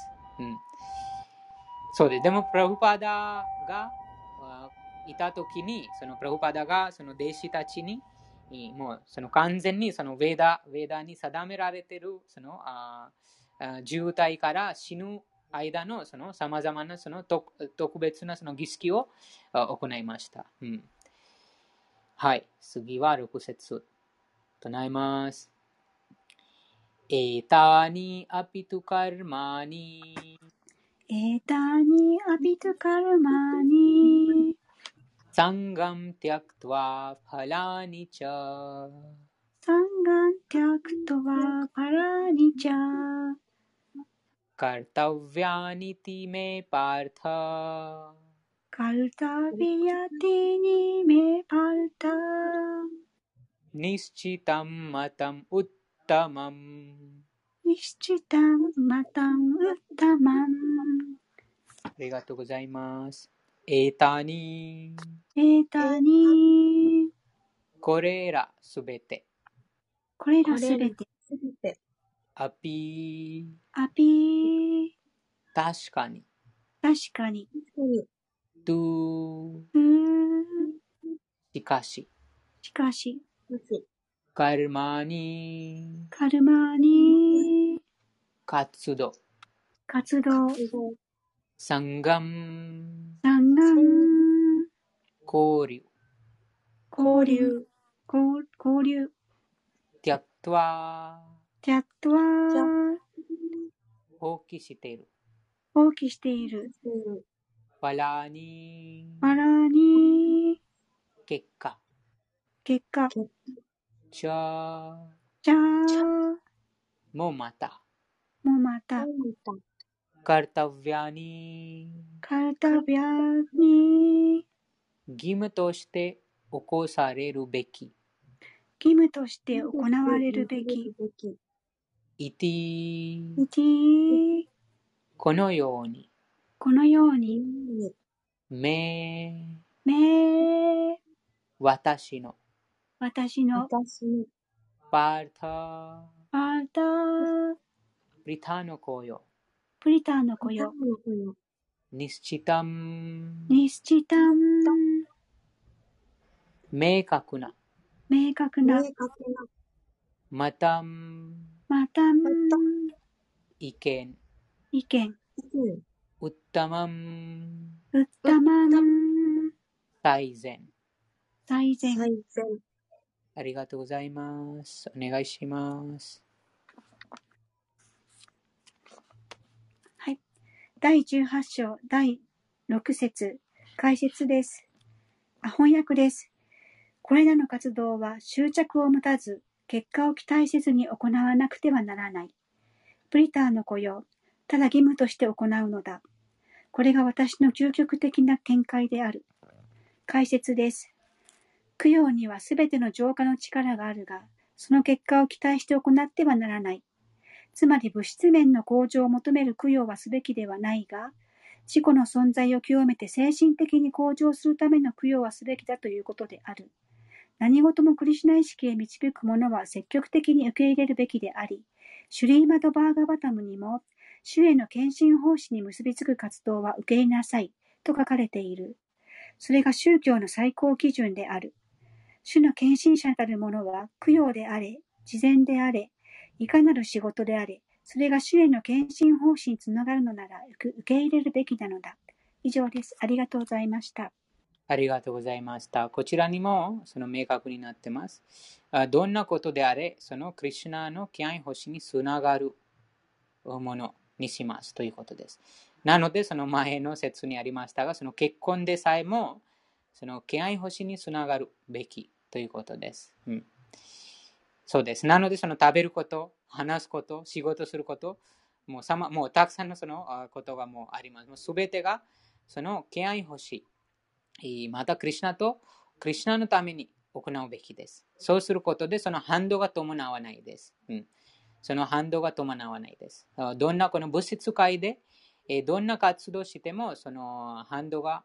そうです。でもプラブパダがいたときに、プラブパダがその弟子たちにもう完全にヴェーダに定められている渋滞から死ぬ間のさまざまな特別な儀式を行いました。はい、次は6節唱えます。エタニアピトカルマニエタニアピトカルマニサンガムティアクトワファラニチャサンガンテャクトワパラニチャカルタヴィアニティメパルタカルタビヤティニメパルタニシチタムマタムウッタマムニシチタンマタンウッタマン。 ありがとうございます。エタニエタニこれらすべてこれらすべてアピアピ確かに確かにトゥしかししかしカルマニカルマニ活動サンガムサンガン交流ティアトワテャットワ放棄している放棄しているバラニバラニ結果結果じゃあじゃあもうまたカルタヴィアニカルタビャニ義務として起こされるべき義務として行われるべきイティこのようにめ私のパルタプリタの子よニスチタム明確なマタム意見ウッタマン最善ありがとうございます。お願いします。 はい。第18章第6節解説です。翻訳です。これらの活動は執着を持たず、結果を期待せずに行わなくてはならない。プリターの子よ、ただ義務として行うのだ。これが私の究極的な見解である。解説です。供養にはすべての浄化の力があるが、その結果を期待して行ってはならない。つまり物質面の向上を求める供養はすべきではないが、自己の存在を極めて精神的に向上するための供養はすべきだということである。何事もクリシュナ意識へ導く者は積極的に受け入れるべきであり、シュリーマド・バーガバタムにも、主への献身奉仕に結びつく活動は受け入れなさいと書かれている。それが宗教の最高基準である。主の献身者たる者は供養であれ、慈善であれ、いかなる仕事であれ、それが主への献身奉仕につながるのなら受け入れるべきなのだ。以上です。ありがとうございました。 ありがとうございました。こちらにも明確になっています。どんなことであれ、クリシュナの敬愛奉仕につながるものにしますということです。なので、その前の説にありましたが、結婚でさえも、敬愛奉仕につながるべきということです。そうです。なので、食べること、話すこと、仕事すること、もうたくさんのことがもうあります。すべてが、敬愛奉仕、またクリシュナとクリシュナのために行うべきです。そうすることで、その反動が伴わないです。その反動が伴わないです。どんなこの物質界で、どんな活動しても、その反動が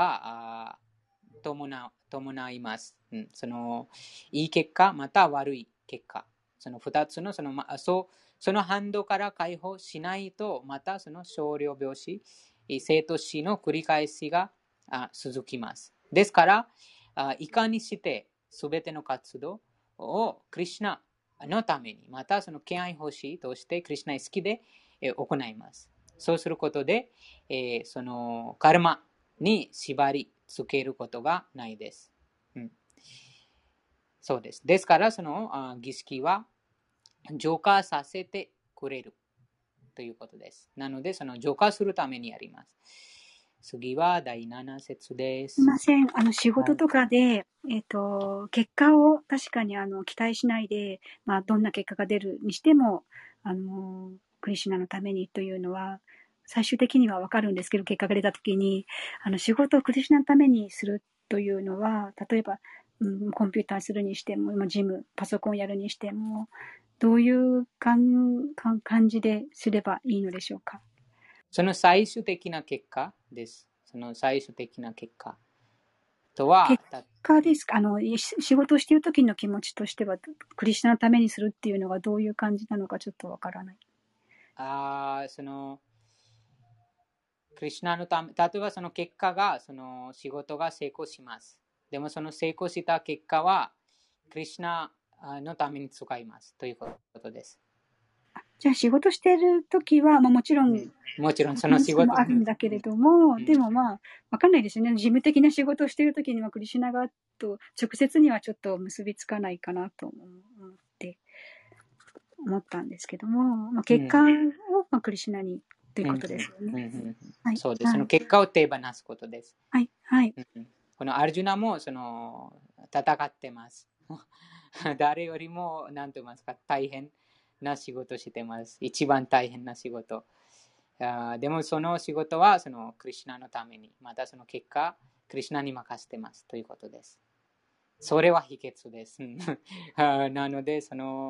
伴います。そのいい結果、また悪い結果。その2つのその反動から解放しないと、またその少量病死、生と死の繰り返しが続きます。ですから、いかにしてすべての活動をクリシュナのために、またその敬愛欲しいとしてクリシュナ好きで行います。そうすることで、そのカルマに縛りつけることがないです。そうです。ですから、その儀式は浄化させてくれるということです。なので、その浄化するためにやります。次は第7節です。 すいません。仕事とかで、結果を確かに期待しないで、どんな結果が出るにしても、クリシュナのためにというのは、最終的にはわかるんですけど、結果が出たときに、仕事をクリシュナのためにするというのは、例えば、コンピューターするにしても、ジム、パソコンやるにしても、どういう感じですればいいのでしょうか。 その最終的な結果です。その最終的な結果とは、 結果ですか。仕事をしている時の気持ちとしては、クリシュナのためにするっていうのがどういう感じなのかちょっとわからない。 そのクリシュナのため、例えばその結果が、その仕事が成功します。でもその成功した結果は、クリシュナのために使いますということです。 じゃあ仕事してるときは、もちろん、 もちろんその仕事もあるんだけれども、でもわかんないですよね。事務的な仕事をしているときには、クリシュナがと直接にはちょっと結びつかないかなと思ったんですけども、結果を、クリシュナにということですよね。 そうです。その結果を手放すことです。 はい。はい。 このアルジュナもその戦ってます。誰よりも何と言いますか、大変な仕事してます。一番大変な仕事。でもその仕事はそのクリシュナのために、またその結果、クリシュナに任せてますということです。それは秘訣です。なので、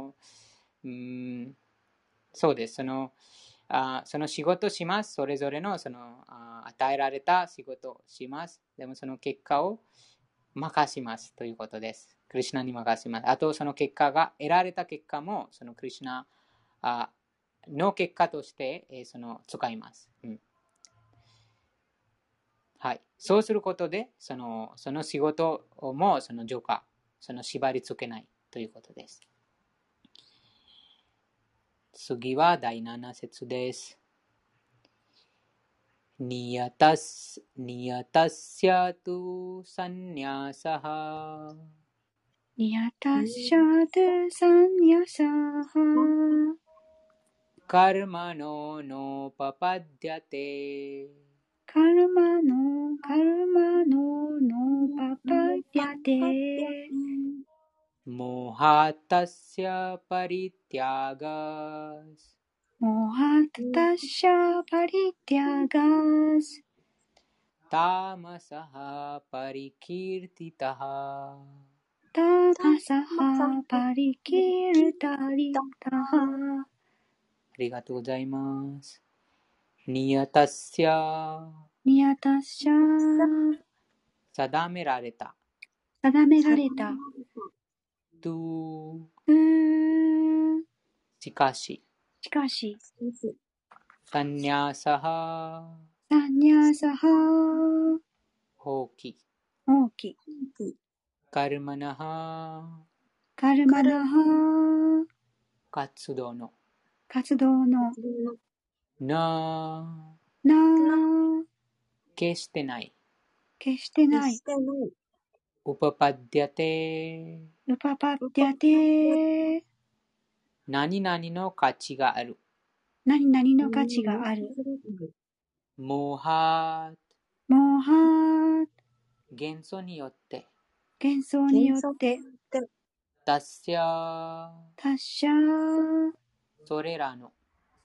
そうです。その仕事します。それぞれの与えられた仕事をします。でもその結果を任しますということです。クリシュナに任します。あとその結果が、得られた結果もそのクリシュナの結果として使います。はい。そうすることで、その仕事もその浄化、その縛り付けないということです。次は第7節です。ニヤタスヤトサンニャサハニヤタシャトサンニャサハカルマノノパパディアテカルマノパパディアテモハタスヤパリティアガスモハタシャパリティアガスタマサハパリキルティタハタマサハパリキルタリタハ。 ありがとうございます。ニヤタスヤ定められたとしかしサンニャサハ放棄カルマナハ活動のな決してないウパパディアテ何々の価値があるモハ元素によってタッシャそれらの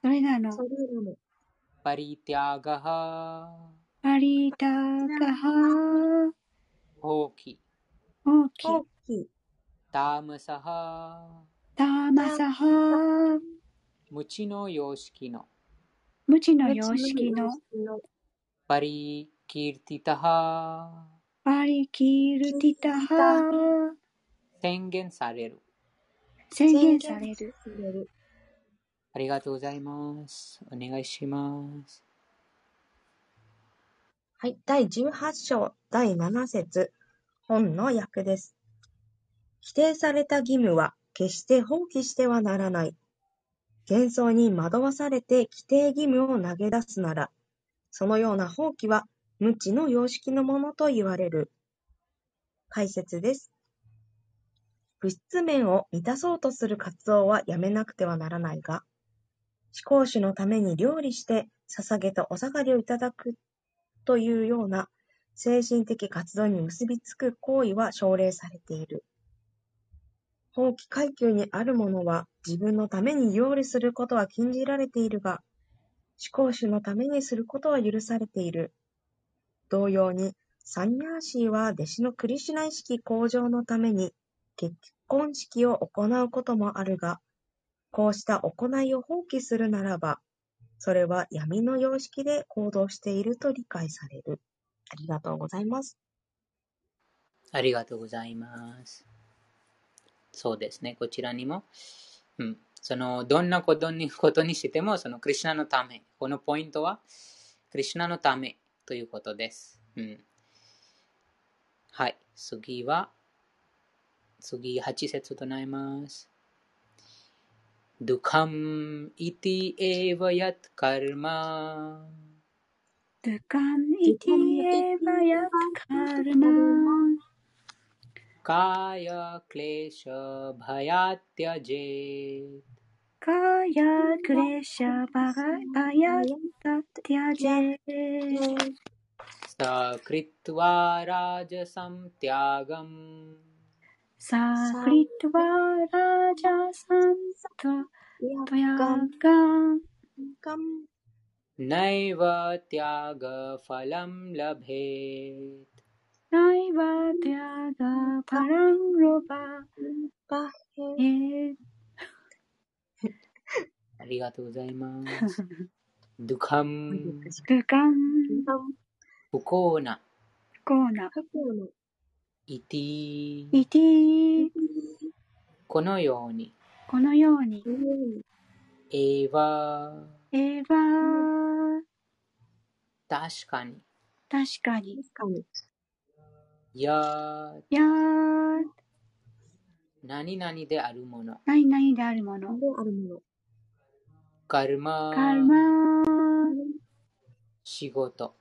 パリティアガハ放棄大き大きい。 タムサハ、 ターマサハ、 無知の様式の。 無知の様式の。 パリキルティタハ、 パリキルティタハ、 宣言される。 宣言される。 ありがとうございます。お願いします。 はい。第18章第7節本の訳です。否定された義務は決して放棄してはならない。幻想に惑わされて規定義務を投げ出すなら、そのような放棄は無知の様式のものと言われる。解説です。物質面を満たそうとする活動はやめなくてはならないが、思考主のために料理して捧げたお下がりをいただくというような精神的活動に結びつく行為は奨励されている。法規階級にあるものは自分のために料理することは禁じられているが、思考主のためにすることは許されている。同様に、サンニャーシーは弟子のクリシュナ意識向上のために結婚式を行うこともあるが、こうした行いを放棄するならば、それは闇の様式で行動していると理解される。ありがとうございます。 ありがとうございます。そうですね。こちらにも、どんなことにしても、クリシュナのため。このポイントは、クリシュナのためということです。はい。次8節となります。ドゥカムイティエヴァヤトカルマ。 ドゥカムイティエヴァヤトカルマ。 カヤクレシャバヤティアジェ。 カヤクレシャバヤティアジェ。 サクリトワラジャサムティアガム。 サクリトワラジャサントヤガン。 ナイヴァティアガファラムラベー。 ナイヴァティアガパランロバヘ。 ありがとうございます。ドゥカム。 ドゥカン。 不幸な。 不幸な。 イティ。 イティ。 このように。 このように。 エヴァ。 エヴァ。 確かに。 確かに。 やー。 何々であるもの。 何々であるもの。 カルマ。 カルマ。 仕事。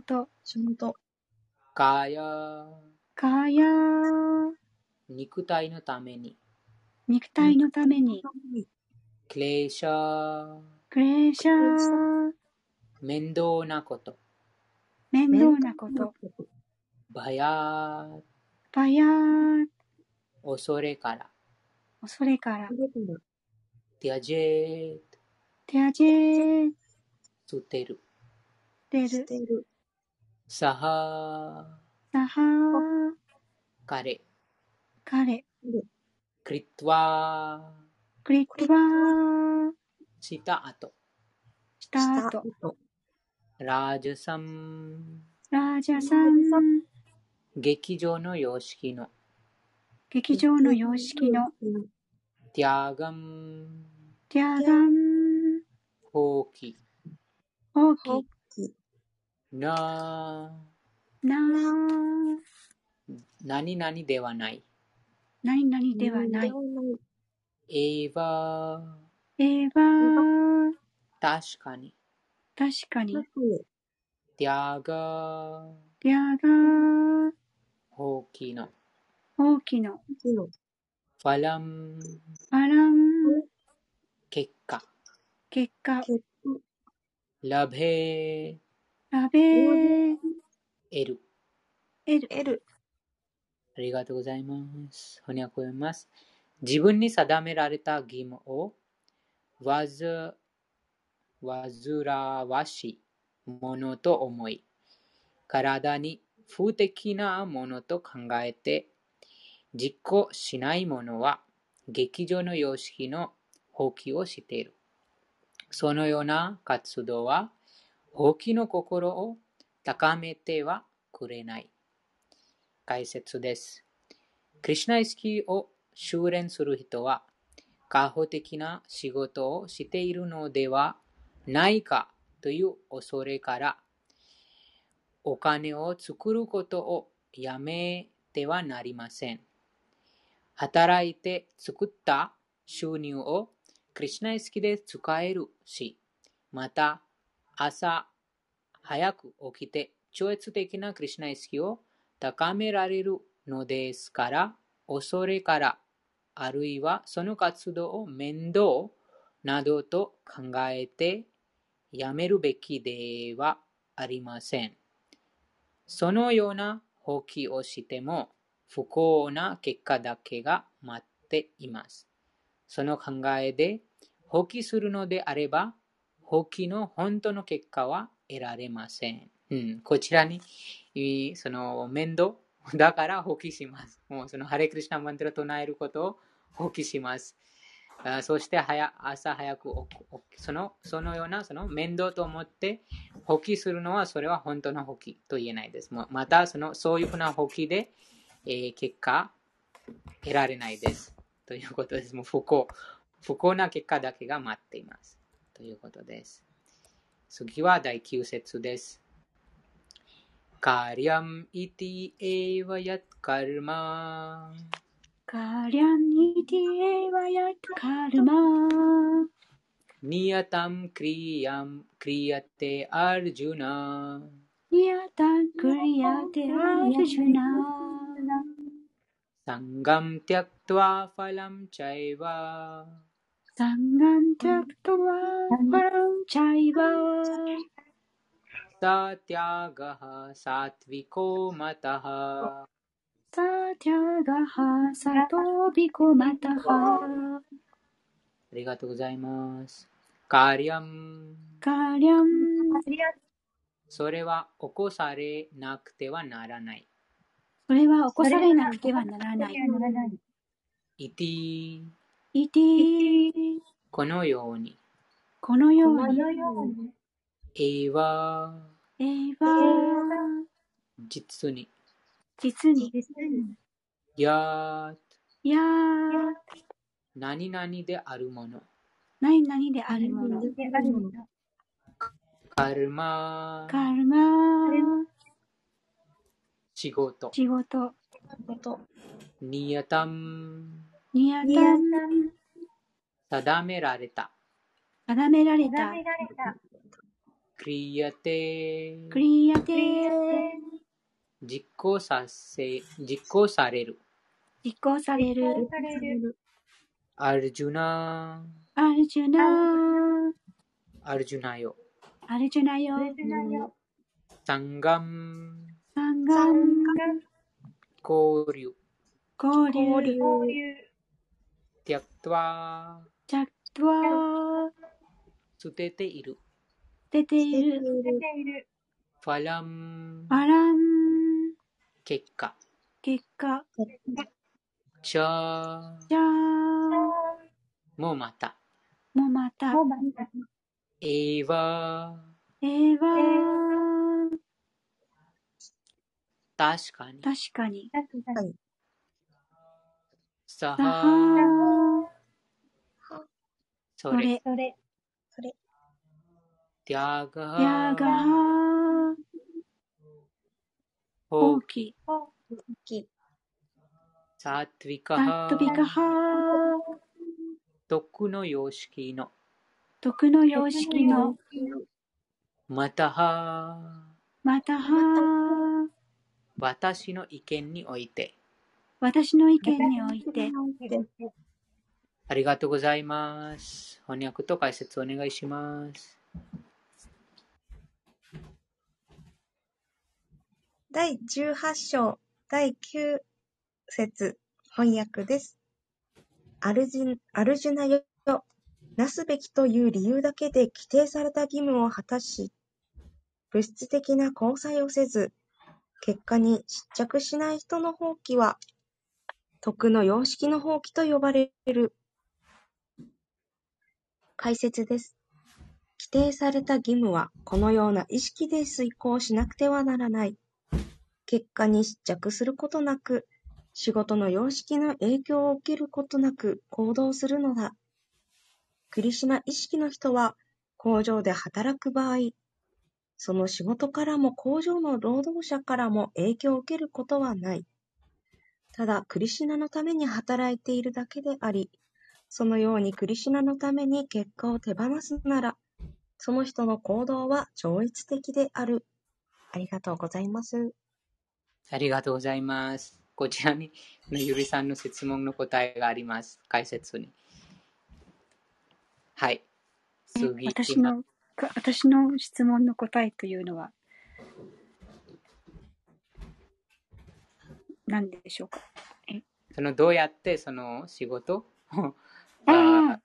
カヤ。 カヤ。 肉体のために。 肉体のために。 クレーシャー。 クレーシャー。 面倒なこと。 面倒なこと。 バヤー。 バヤー。 恐れから。 恐れから。 ティアジェー。 ティアジェー。 捨てる。 捨てる。 サハー。 サハー。 彼。クリトワー。 クリトワー。 した後。ラージャサム。 ラージャサム。 劇場の様式の。 劇場の様式の。 ティアガム。 ティアガム。 放棄。 放棄。 な何々ではない。 何々ではない。 エヴァ。 エヴァ。 確かに。 確かに。 ティアガ。 ティアガ。 放棄の。 放棄の。 ファラム。 ファラム。 結果。 結果。 ラベ。 ラベ。 得る。 得る。 ありがとうございます。翻訳を読みます。自分に定められた義務を煩わしいものと思い、体に不適なものと考えて、 実行しない者は、劇場の様式の放棄をしている。そのような活動は、放棄の心を高めてはくれない。解説です。クリシュナ意識を修練する人は、過保的な仕事をしているのではないかという恐れから、お金を作ることをやめてはなりません。働いて作った収入をクリシュナ意識で使えるし、また朝早く起きて超越的なクリシュナ意識を高められるのですから、恐れから、あるいはその活動を面倒などと考えてやめるべきではありません。そのような放棄をしても不幸な結果だけが待っています。その考えで放棄するのであれば、放棄の本当の結果は得られません。こちらに、その面倒だから放棄します。もうそのハレクリシュナマントラを唱えることを放棄します。そして朝早くそのようなその面倒と思って放棄するのは、それは本当の放棄と言えないです。またそういうふうな放棄で、結果得られないですということです。もう不幸な結果だけが待っていますということです。次は第9節です。カリャムイティエヴァヤッカルマカリャンイティエヴァヤッカルマニヤタムクリヤテアルジュナニヤタンクリヤテアルジュナサンガムティャクトワファラムチャイバサンガンテャクトワファラムチャイバサティャガハサトヴィコマタハサテャガハサトビコマタハ。 ありがとうございます。カリャムカリャンそれは起こされなくてはならない。 それは起こされなくてはならない。 イティイティこのようにこのようにエヴァエヴァ実に実にヤーやー何々であるもの何々であるものカルマカルマ仕事ニヤタムニヤタン定められた定められたクリヤテクリヤテ実行される実行されるアルジュナアルジュナよサンガムサンガン交流ティャクトワジャットワ捨てている出ているファラムバラン結果結果チャじゃーもまたもまたエヴァエヴァ確かにササハハそれティャガヤガハホ大きサトヴィタカハットビカハ徳の様式の徳の様式のまたはまたは私の意見において私の意見においてありがとうございます。翻訳と解説お願いします。 第18章第9節翻訳です。アルジュナよ、なすべきという理由だけで規定された義務を果たし、物質的な交際をせず、結果に失着しない人の放棄は、 徳の様式の放棄と呼ばれる。解説です。規定された義務は、このような意識で遂行しなくてはならない。結果に執着することなく、仕事の様式の影響を受けることなく行動するのだ。クリシュナ意識の人は、工場で働く場合、その仕事からも工場の労働者からも影響を受けることはない。ただ、クリシュナのために働いているだけであり、そのようにクリシュナのために結果を手放すなら、その人の行動は超越的である。ありがとうございます。 ありがとうございます。こちらにゆりさんの質問の答えがあります。解説に。はい。次、 私の質問の答えというのは何でしょうか。 どうやってその仕事をはい。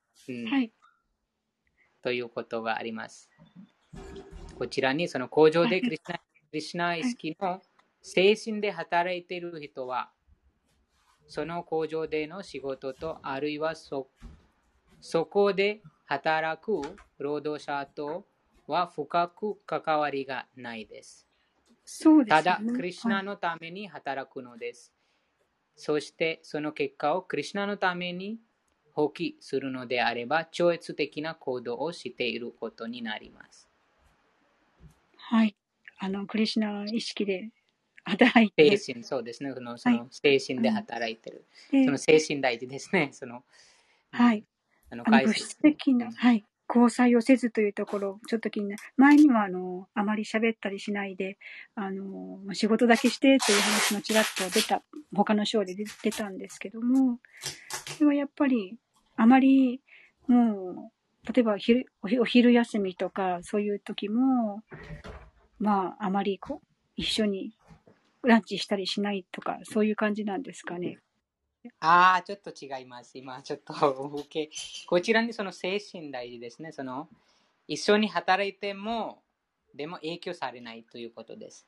ということがあります。こちらにその工場でクリシュナ意識の精神で働いている人は、その工場での仕事と、あるいはそこで働く労働者とは深く関わりがないです。 そうですたよね。 だ、クリシュナのために働くのです。そしてその結果をクリシュナのために放棄するのであれば、超越的な行動をしていることになります。 はい。クリシュナ意識で働いて。 精神、そうですね。その精神で働いている。その精神大事ですね。 はい。物質的な、交際をせずというところ、ちょっと気になる。前には、あまり喋ったりしないで、仕事だけしてという話もちらっと他の章で出たんですけども、それはやっぱり、あまり、もう、例えばお昼休みとか、そういう時も、あまり一緒にランチしたりしないとか、そういう感じなんですかね。 ちょっと違います。今、ちょっと、こちらにその精神大事ですね。一緒に働いても、でも影響されないということです。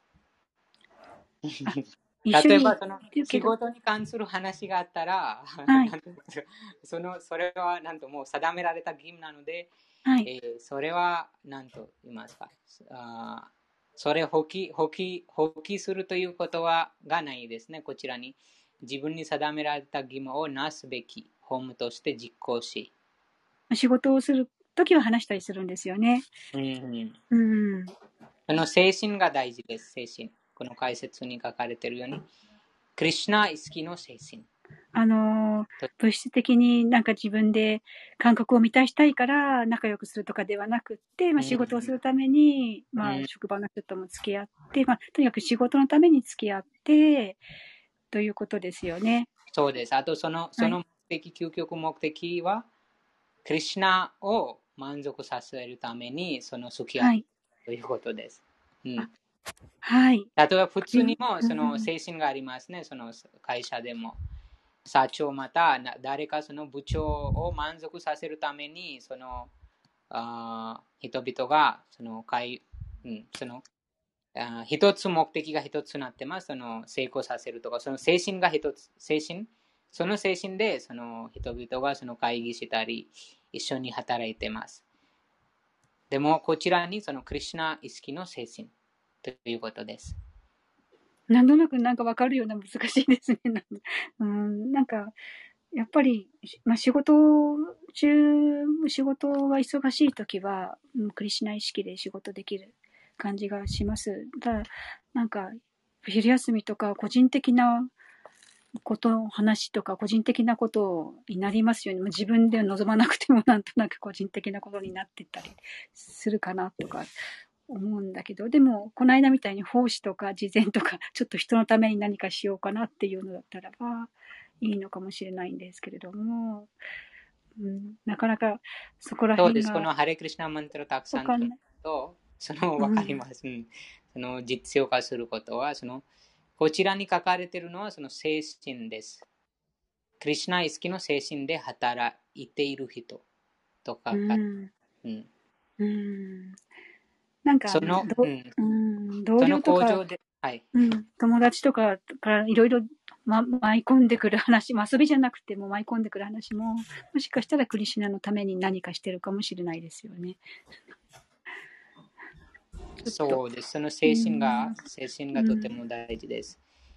例えば、仕事に関する話があったら、それはなんともう定められた義務なので、それは何と言いますか。それを放棄するということがないですね。こちらに自分に定められた義務をなすべき法務として実行し、 仕事をするときは話したりするんですよね。 その精神が大事です。精神。この解説に書かれているように、クリシュナ意識の精神。 物質的になんか自分で感覚を満たしたいから仲良くするとかではなくって、仕事をするために、職場の人とも付き合って、とにかく仕事のために付き合って、ということですよね。 そうです。あとその目的、究極目的は、クリシュナを満足させるために、付き合うということです。 はい。 例えば普通にもその精神がありますね。その会社でも。社長また誰かその部長を満足させるために、人々が一つ目的が一つになってます。成功させるとか、その精神が一つ、その精神で人々が会議したり、一緒に働いています。でも、こちらにクリシュナ意識の精神ということです。 なんとなくなんかわかるような難しいですね。なんか、やっぱり、仕事が忙しいときは、クリシュナ意識で仕事できる感じがします。ただ、なんか、昼休みとか個人的な話とか個人的なことになりますよね。自分で望まなくてもなんとなく個人的なことになってったりするかなとか思うんだけど、でも、この間みたいに奉仕とか慈善とか、ちょっと人のために何かしようかなっていうのだったらば、いいのかもしれないんですけれども、なかなかそこら辺が。 そうです。このハレクリシナマントラをたくさん聞くと、わかります。実用化することは、こちらに書かれているのはその精神です。クリシュナ意識の精神で働いている人とかなんか、同僚とか、 はい。 友達とかからいろいろ舞い込んでくる話、遊びじゃなくても舞い込んでくる話も、もしかしたらクリシュナのために何かしてるかもしれないですよね。 そうです。その精神がとても大事です。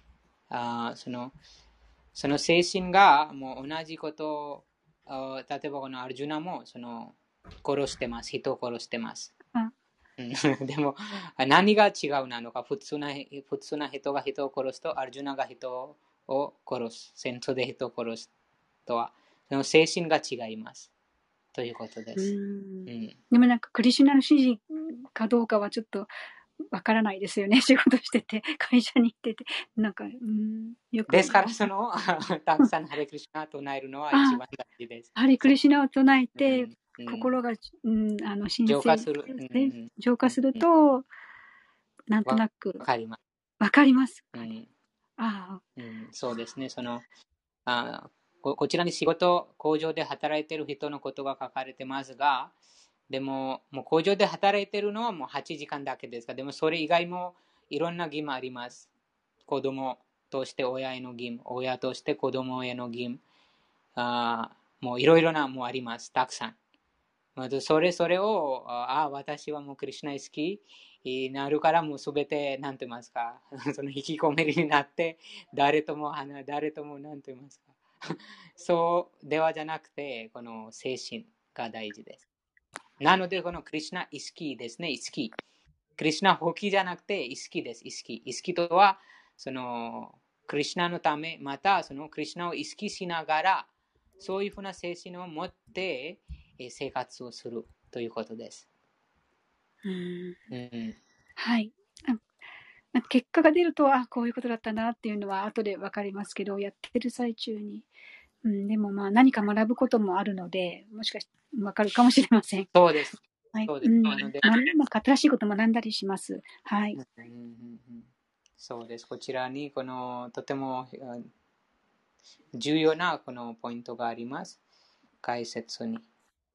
その精神がもう同じことを、例えばこのアルジュナも殺してます。人を殺してます。でも何が違うなのか、普通な人が人を殺すと、アルジュナが人を殺す。戦争で人を殺すとは、その精神が違います。ということです。 でもなんかクリシュナの指示かどうかはちょっとわからないですよね。仕事してて、会社に行ってて、なんか、よく。 ですからたくさんハレクリシュナを唱えるのは一番大事です。 ハレクリシュナを唱えて、心が、神聖浄化する。 浄化すると、なんとなく。 わかります。 わかります。 そうですね。こちらに工場で働いている人のことが書かれてますが、でも、もう工場で働いているのはもう8時間だけですが、でもそれ以外もいろんな義務あります。子供として親への義務、親として子供への義務、もういろいろなもあります。たくさん。まずそれを、私はもうクリシュナ好きになるからもうすべて、なんて言いますか、その引き込めるになって、誰ともなんて言いますか。そうではじゃなくて、この精神が大事です。なので、このクリシュナ意識ですね、意識。クリシュナ法規じゃなくて意識です、意識。意識とは、クリシュナのため、またクリシュナを意識しながら、そういうふうな精神を持って生活をするということです。 はい。結果が出ると、こういうことだったなっていうのは後でわかりますけど、やってる最中に。でも何か学ぶこともあるので、もしかしてわかるかもしれません。 そうです。 はい。なんか新しいことを学んだりします。はい。 そうです。こちらにとても重要なこのポイントがあります。解説に。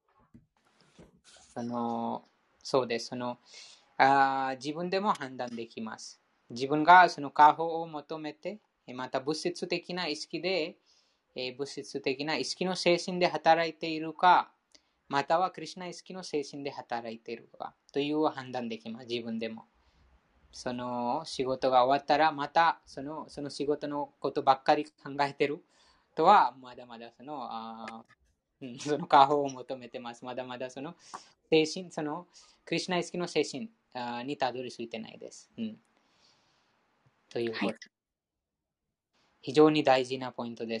そうです。自分でも判断できます。自分が過保を求めて、また物質的な意識で、物質的な意識の精神で働いているか、またはクリシュナ意識の精神で働いているかという判断できます。自分でも。その仕事が終わったら、またその仕事のことばっかり考えてるとは、まだまだその過保を求めてます。まだまだ精神、クリシュナ意識の精神にたどり着いてないです。ということ。非常に大事なポイントです。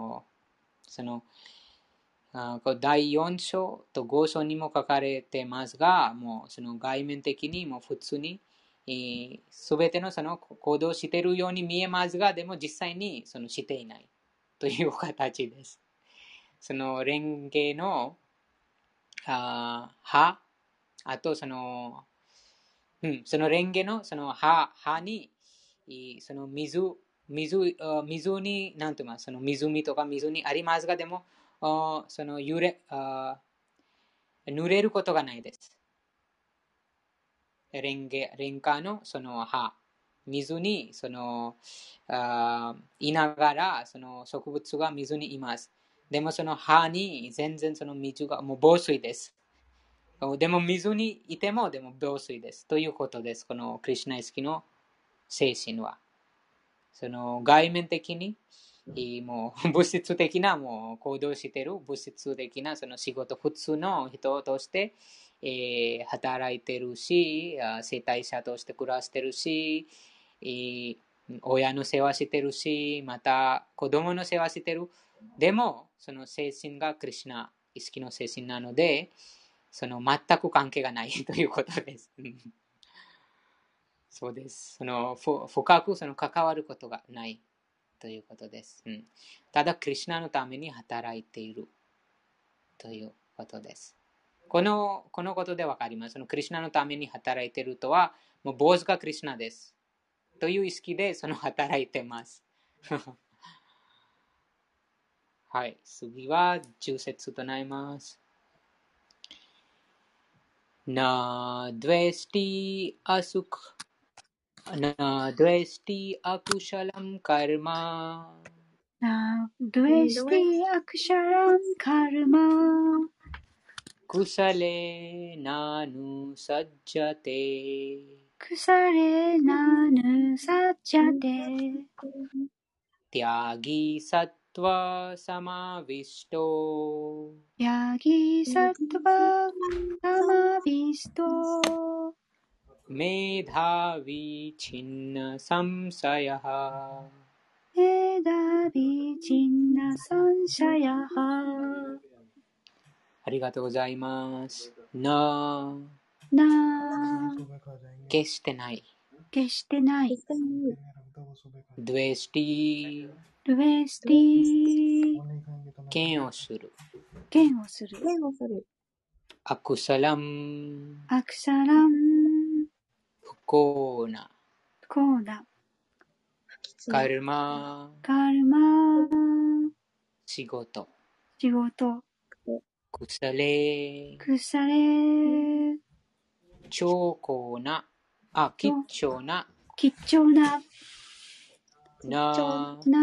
第4章と5章にも書かれてますが、もう外面的にも普通に、すべての行動しているように見えますが、でも実際にしていないという形です。蓮華の葉、あと蓮華の葉に、水に、なんて言います、湖とか水にありますが、でも、濡れることがないです。蓮華の葉、水にいながら植物が水にいます。でも葉に全然水がもう防水です。でも水にいてもでも防水です。ということです。このクリシュナ意識の精神は。外面的にもう物質的なもう行動している物質的な仕事、普通の人として、働いているし、生体者として暮らしているし、親の世話しているし、また子供の世話している。でも、その精神がクリシュナ意識の精神なので、全く関係がないということです。そうです。深く関わることがないということです。ただ、クリシュナのために働いているということです。このことで分かります。クリシュナのために働いているとは、もう坊主がクリシュナです。という意識で働いています。はい。次は10節となります。な、ドゥエスティアスク。 न द्वेष्टि अकुशलं कर्म ना द्वेष्टि अक्षरं कर्म कुशलेनानुसज्जते कुशलेनानुसज्जते त्यागी सत्त्वसमाविष्टो यागी सत्त्वसमाविष्टो मेधावी छिन्न संशयः मेधावी छिन्न संशयः ありがとうございます。 な決してない。 決してないドゥエスティルエスティ嫌悪する。 嫌悪するアクサラムアクサラン不幸な。 不幸なカルマカルマ仕事。 仕事クサレ腐れ超高な。吉祥な。 吉祥ななな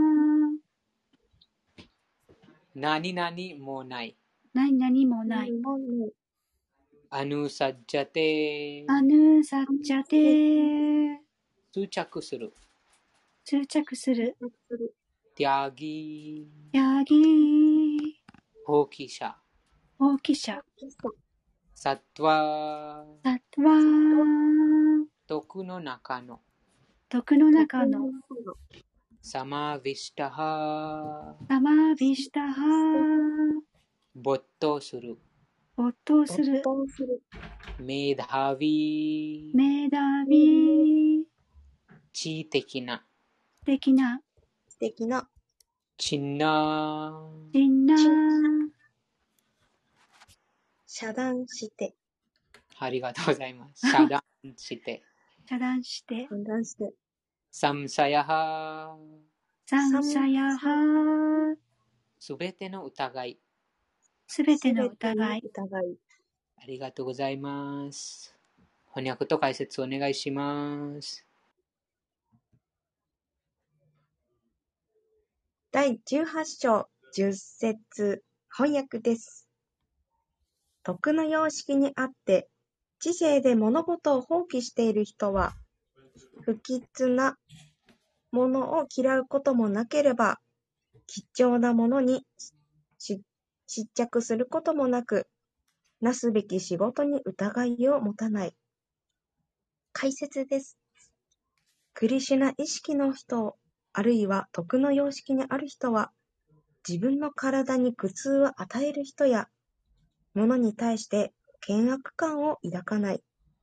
何々もない。 何々もないアヌサッジャテアヌサッチャテ執着する。 執着するティアギヤギ放棄者。 放棄者サットワサットワ徳の中の徳の中のサマーヴィシタハサマービシタハ没頭する没頭するメダービーメダビ知的な素敵なチンナチンナ遮断してありがとうございます遮断して遮断してサムサヤハサンシャヤハすべての疑いすべての疑いありがとうございます翻訳と解説お願いします第18章10節翻訳です。徳の様式にあって知性で物事を放棄している人は不吉なものを嫌うこともなければ貴重なものに執着することもなくなすべき仕事に疑いを持たない。解説です。クリシュナ意識の人あるいは徳の様式にある人は自分の体に苦痛を与える人や物に対して険悪感を抱かない。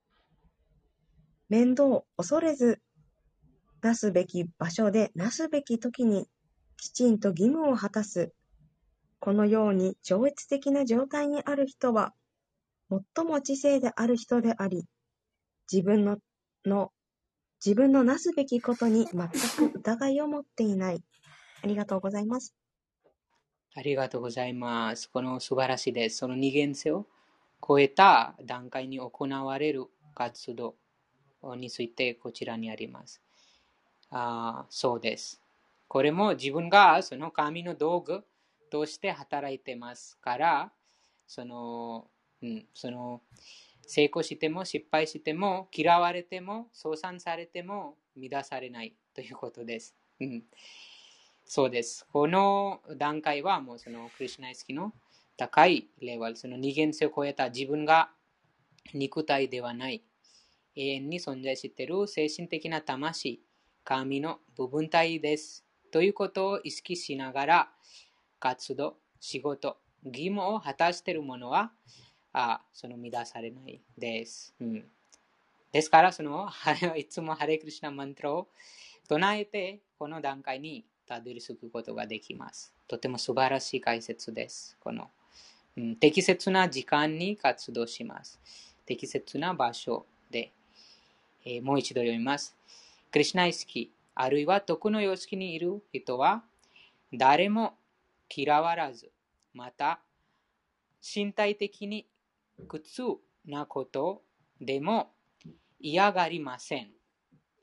面倒を恐れず、なすべき場所でなすべき時にきちんと義務を果たす。このように超越的な状態にある人は、最も知性である人であり、自分のなすべきことに全く疑いを持っていない。ありがとうございます。 ありがとうございます。この素晴らしいです。その二元性を超えた段階に行われる活動についてこちらにあります。そうです。これも自分がその神の道具として働いてますから、その成功しても失敗しても嫌われても称賛されても乱されないということです。そうです。この段階はもうそのクリシュナ意識の高いレベル、その二元性を超えた自分が肉体ではない、永遠に存在している精神的な魂、神の部分体です。ということを意識しながら、活動、仕事、義務を果たしているものは、その乱されないです。ですから、いつもハレクリシュナマントラを唱えて、この段階にたどり着くことができます。とても素晴らしい解説です。適切な時間に活動します。適切な場所で。もう一度読みます。クリシュナ意識、あるいは徳の様式にいる人は、誰も嫌われず、また身体的に苦痛なことでも嫌がりません。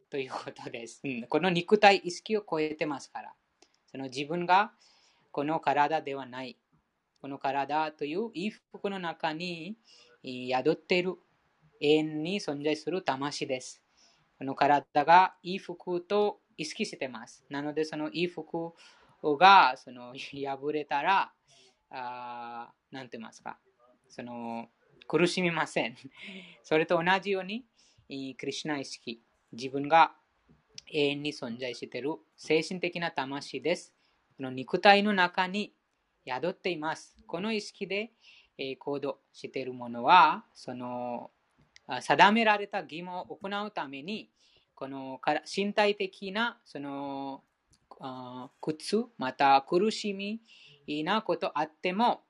ということです。この肉体意識を超えてますから。その自分がこの体ではない。この体という衣服の中に宿っている永遠に存在する魂です。この体が衣服と意識してます。なのでその衣服が破れたら、なんて言いますか、苦しみません。それと同じように、クリシュナ意識、自分が永遠に存在している精神的な魂です。この肉体の中に宿っています。この意識で行動しているものは、定められた義務を行うために、この身体的な苦痛、また苦しみなことあっても、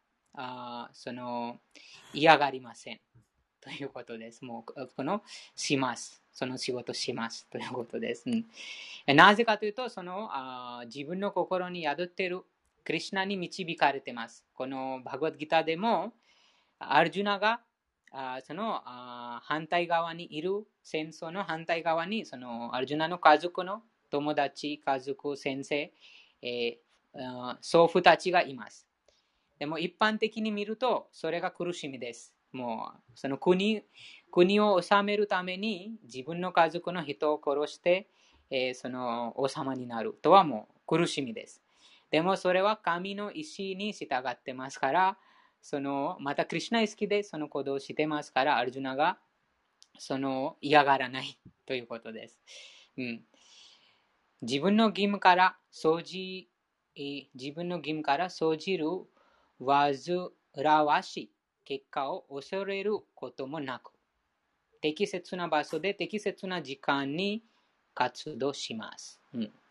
嫌がりません。ということです。もう、します。その仕事します。ということです。なぜかというと、自分の心に宿っているクリシュナに導かれています。このバグワッドギターでも、アルジュナが反対側にいる、戦争の反対側に、アルジュナの家族の友達、家族、先生、祖父たちがいます。でも一般的に見ると、それが苦しみです。もう、その国を治めるために、自分の家族の人を殺して、その王様になるとはもう苦しみです。でもそれは神の意志に従ってますから、またクリシュナ意識でその行動をしてますから、アルジュナが嫌がらないということです。自分の義務から生じる煩わしい結果を恐れることもなく、適切な場所で適切な時間に活動します。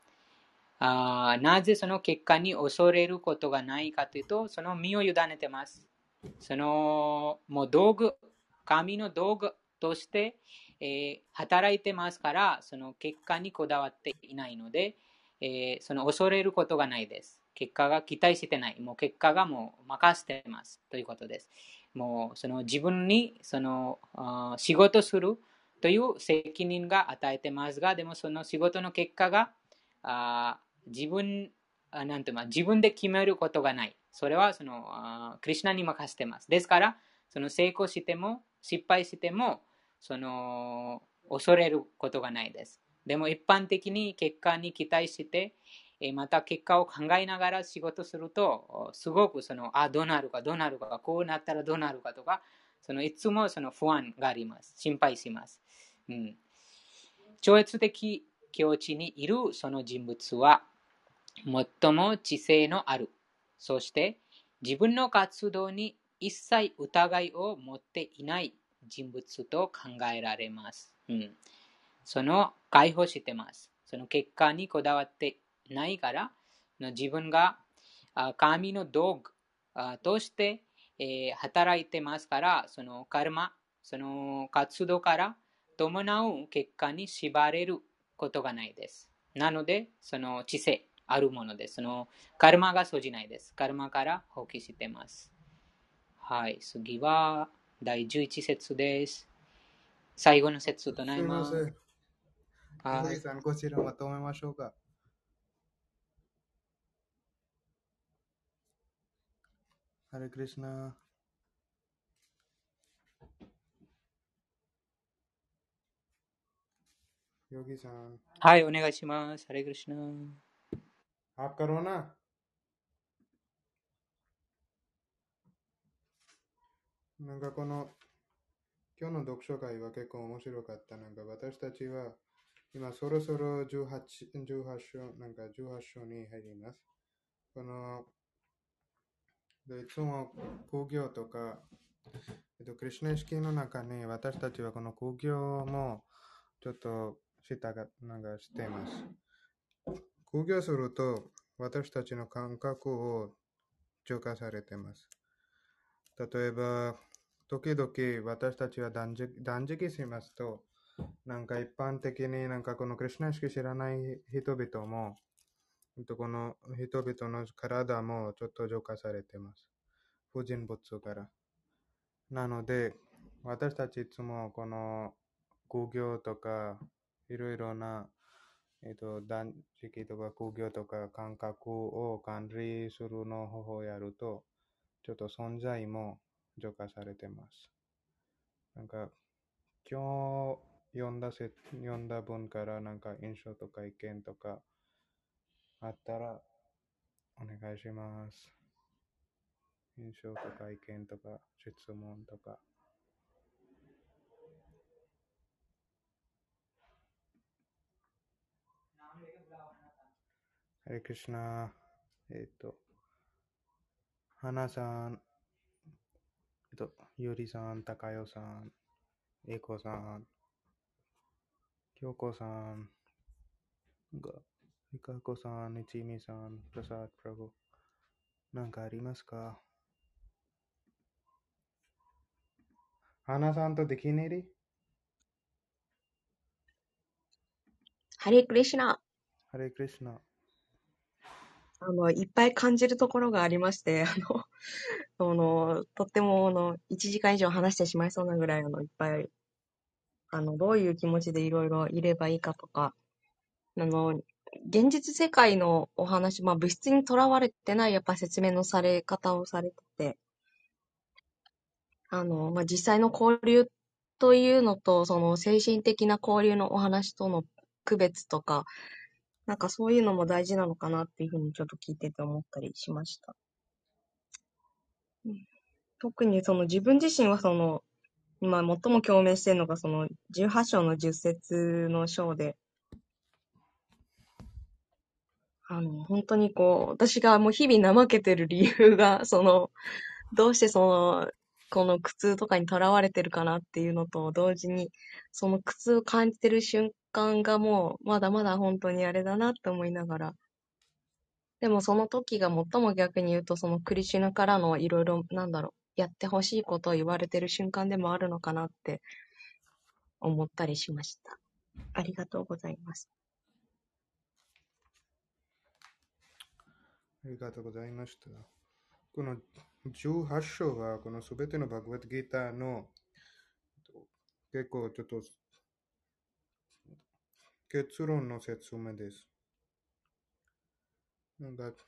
なぜその結果に恐れることがないかというと、その身を委ねてます。もう神の道具として、働いてますから、その結果にこだわっていないので、恐れることがないです。結果が期待してない。もう結果がもう任せてますということです。もう自分に仕事するという責任が与えてますが、でもその仕事の結果が自分で決めることがない。それはクリシュナに任せてます。ですから、成功しても失敗しても恐れることがないです。でも一般的に結果に期待して、また結果を考えながら仕事すると、すごくどうなるか、こうなったらどうなるかとか、いつも不安があります。心配します。超越的境地にいるその人物は、最も知性のある、そして自分の活動に一切疑いを持っていない人物と考えられます。解放してます。その結果にこだわってないから、自分が神の道具として働いてますから、そのカルマ、その活動から伴う結果に縛れることがないです。なので、その知性あるものです。カルマが生じないです。カルマから放棄してます。はい、次は第11節です。最後の節となります。 すいません。ヨギさん、こちらまとめましょうか。ハレクリシナ。ヨギさん。 はい、お願いします。ハレクリシナ。 आप करो ना。なんか今日の読書会は結構面白かった。なんか私たちは今そろそろ18章、なんか18章に入ります。いつも苦行とか、クリシュナ意識の中に私たちはこの苦行もちょっとなんかしています。苦行すると私たちの感覚を浄化されています。例えば、時々私たちは断食しますと、なんか一般的になんかこのクリシュナ意識知らない人々も、この人々の体もちょっと浄化されています。不純物から。なので、私たちいつもこの苦行とかいろいろな、断食とか苦行とか感覚を管理するの方法をやると、ちょっと存在も浄化されてます。なんか、今日読んだ文からなんか印象とか意見とかあったらお願いします。印象とか意見とか質問とか。ハレクリシナ、花さん、ゆりさん、たかよさん、えこさん、きょうこさん、りかこさん、にちみさん、プラサードプラブ、なんかありますか？花さんとできねり？ ハレクリシナ。 ハレクリシナ。 いっぱい感じるところがありまして、とっても、1時間以上話してしまいそうなぐらい、いっぱい、どういう気持ちでいろいろいればいいかとか、現実世界のお話、まあ、物質にとらわれてない、やっぱ説明のされ方をされてて、まあ、実際の交流というのと、その精神的な交流のお話との区別とか、なんかそういうのも大事なのかなっていうふうにちょっと聞いてて思ったりしました。特にその自分自身は今最も共鳴しているのがその18章の10節の章で、本当に私がもう日々怠けてる理由が、どうしてこの苦痛とかにとらわれてるかなっていうのと同時に、その苦痛を感じてる瞬間がもうまだまだ本当にあれだなって思いながら、でもその時が最も逆に言うと、そのクリシュナからのいろいろ、やってほしいことを言われてる瞬間でもあるのかなって思ったりしました。ありがとうございます。 ありがとうございました。この18章は、このすべてのバグワッドギーターの結構ちょっと結論の説明です。なんか、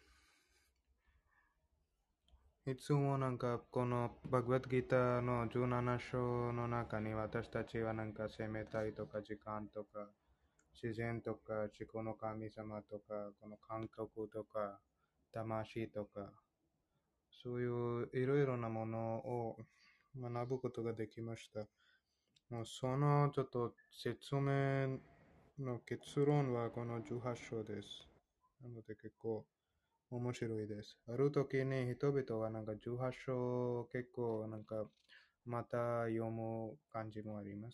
いつもなんかこのバグワッドギーターの17章の中に私たちはなんか生命体とか時間とか自然とか自己の神様とかこの感覚とか魂とかそういういろいろなものを学ぶことができました。もうそのちょっと説明の結論はこの18章です。なので結構面白いです。ある時に人々はなんか18章結構なんかまた読む感じもあります。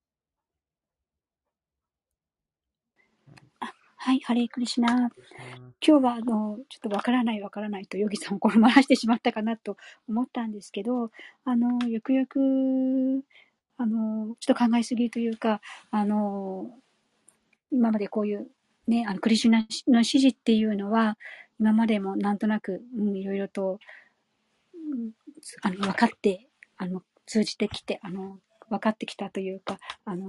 はい、ハレークリシナ。 クリシナ。 今日はちょっとわからないとヨギさんを困らしてしまったかなと思ったんですけど、よくよく、ちょっと考えすぎというか、今までこういうね、クリシュナの指示っていうのは、今までもなんとなく、いろいろと、分かって、通じてきて、分かってきたというか、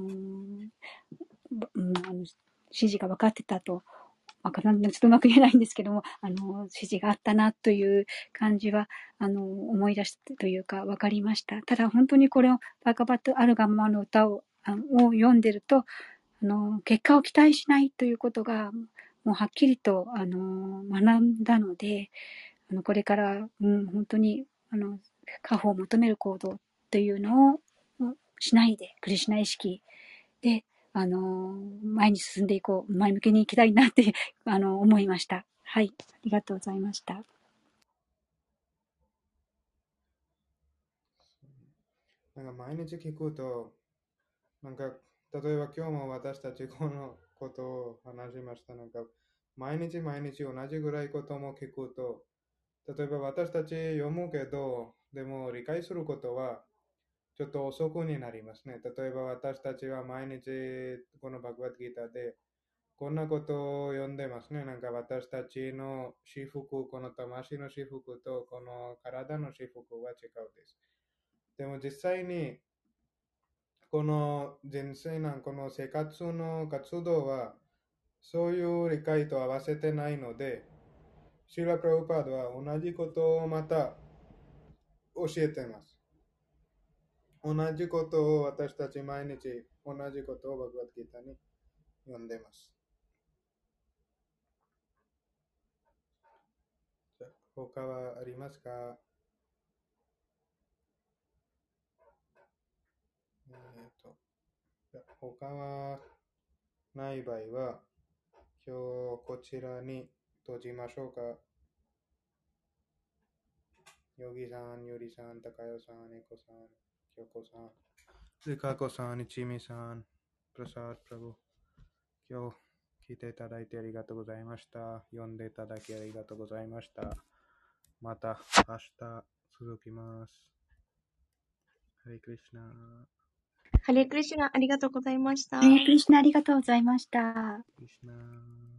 指示が分かってたと、ちょっとうまく言えないんですけども、指示があったなという感じは、思い出したというか、分かりました。ただ本当にこれを、バカバット・アルガマの歌を読んでると、結果を期待しないということが、もうはっきりと、学んだので、これから、本当に、過保を求める行動というのをしないで、クリシュナ意識で、前に進んでいこう、前向きに行きたいなって思いました。はい。ありがとうございました。 なんか毎日聞くと、なんか例えば今日も私たちこのことを話しました。なんか毎日毎日同じぐらいことも聞くと、例えば私たち読むけど、でも理解することはちょっと遅くになりますね。例えば私たちは毎日このバグワッドギーターでこんなことを読んでますね。なんか私たちの私服、この魂の私服とこの体の私服は違うです。でも実際にこの人生のこの生活の活動は、そういう理解と合わせてないので、シーラ・プラブパードは同じことをまた教えています。同じことを私たち毎日同じことをバグワッドギータに読んでいます。じゃあ他はありますか？じゃあ他はない場合は、今日こちらに閉じましょうか。ヨギさん、ユリさん、高代さん、エコさん、京子さん、リカコさん、チミさん、プラサードプラブ、今日聞いていただいてありがとうございました。読んでいただきありがとうございました。また明日続きます。ハレクリシナ。 ハレークリシュナ、ありがとうございました。 ハレークリシュナ、ありがとうございました。 クリシナ。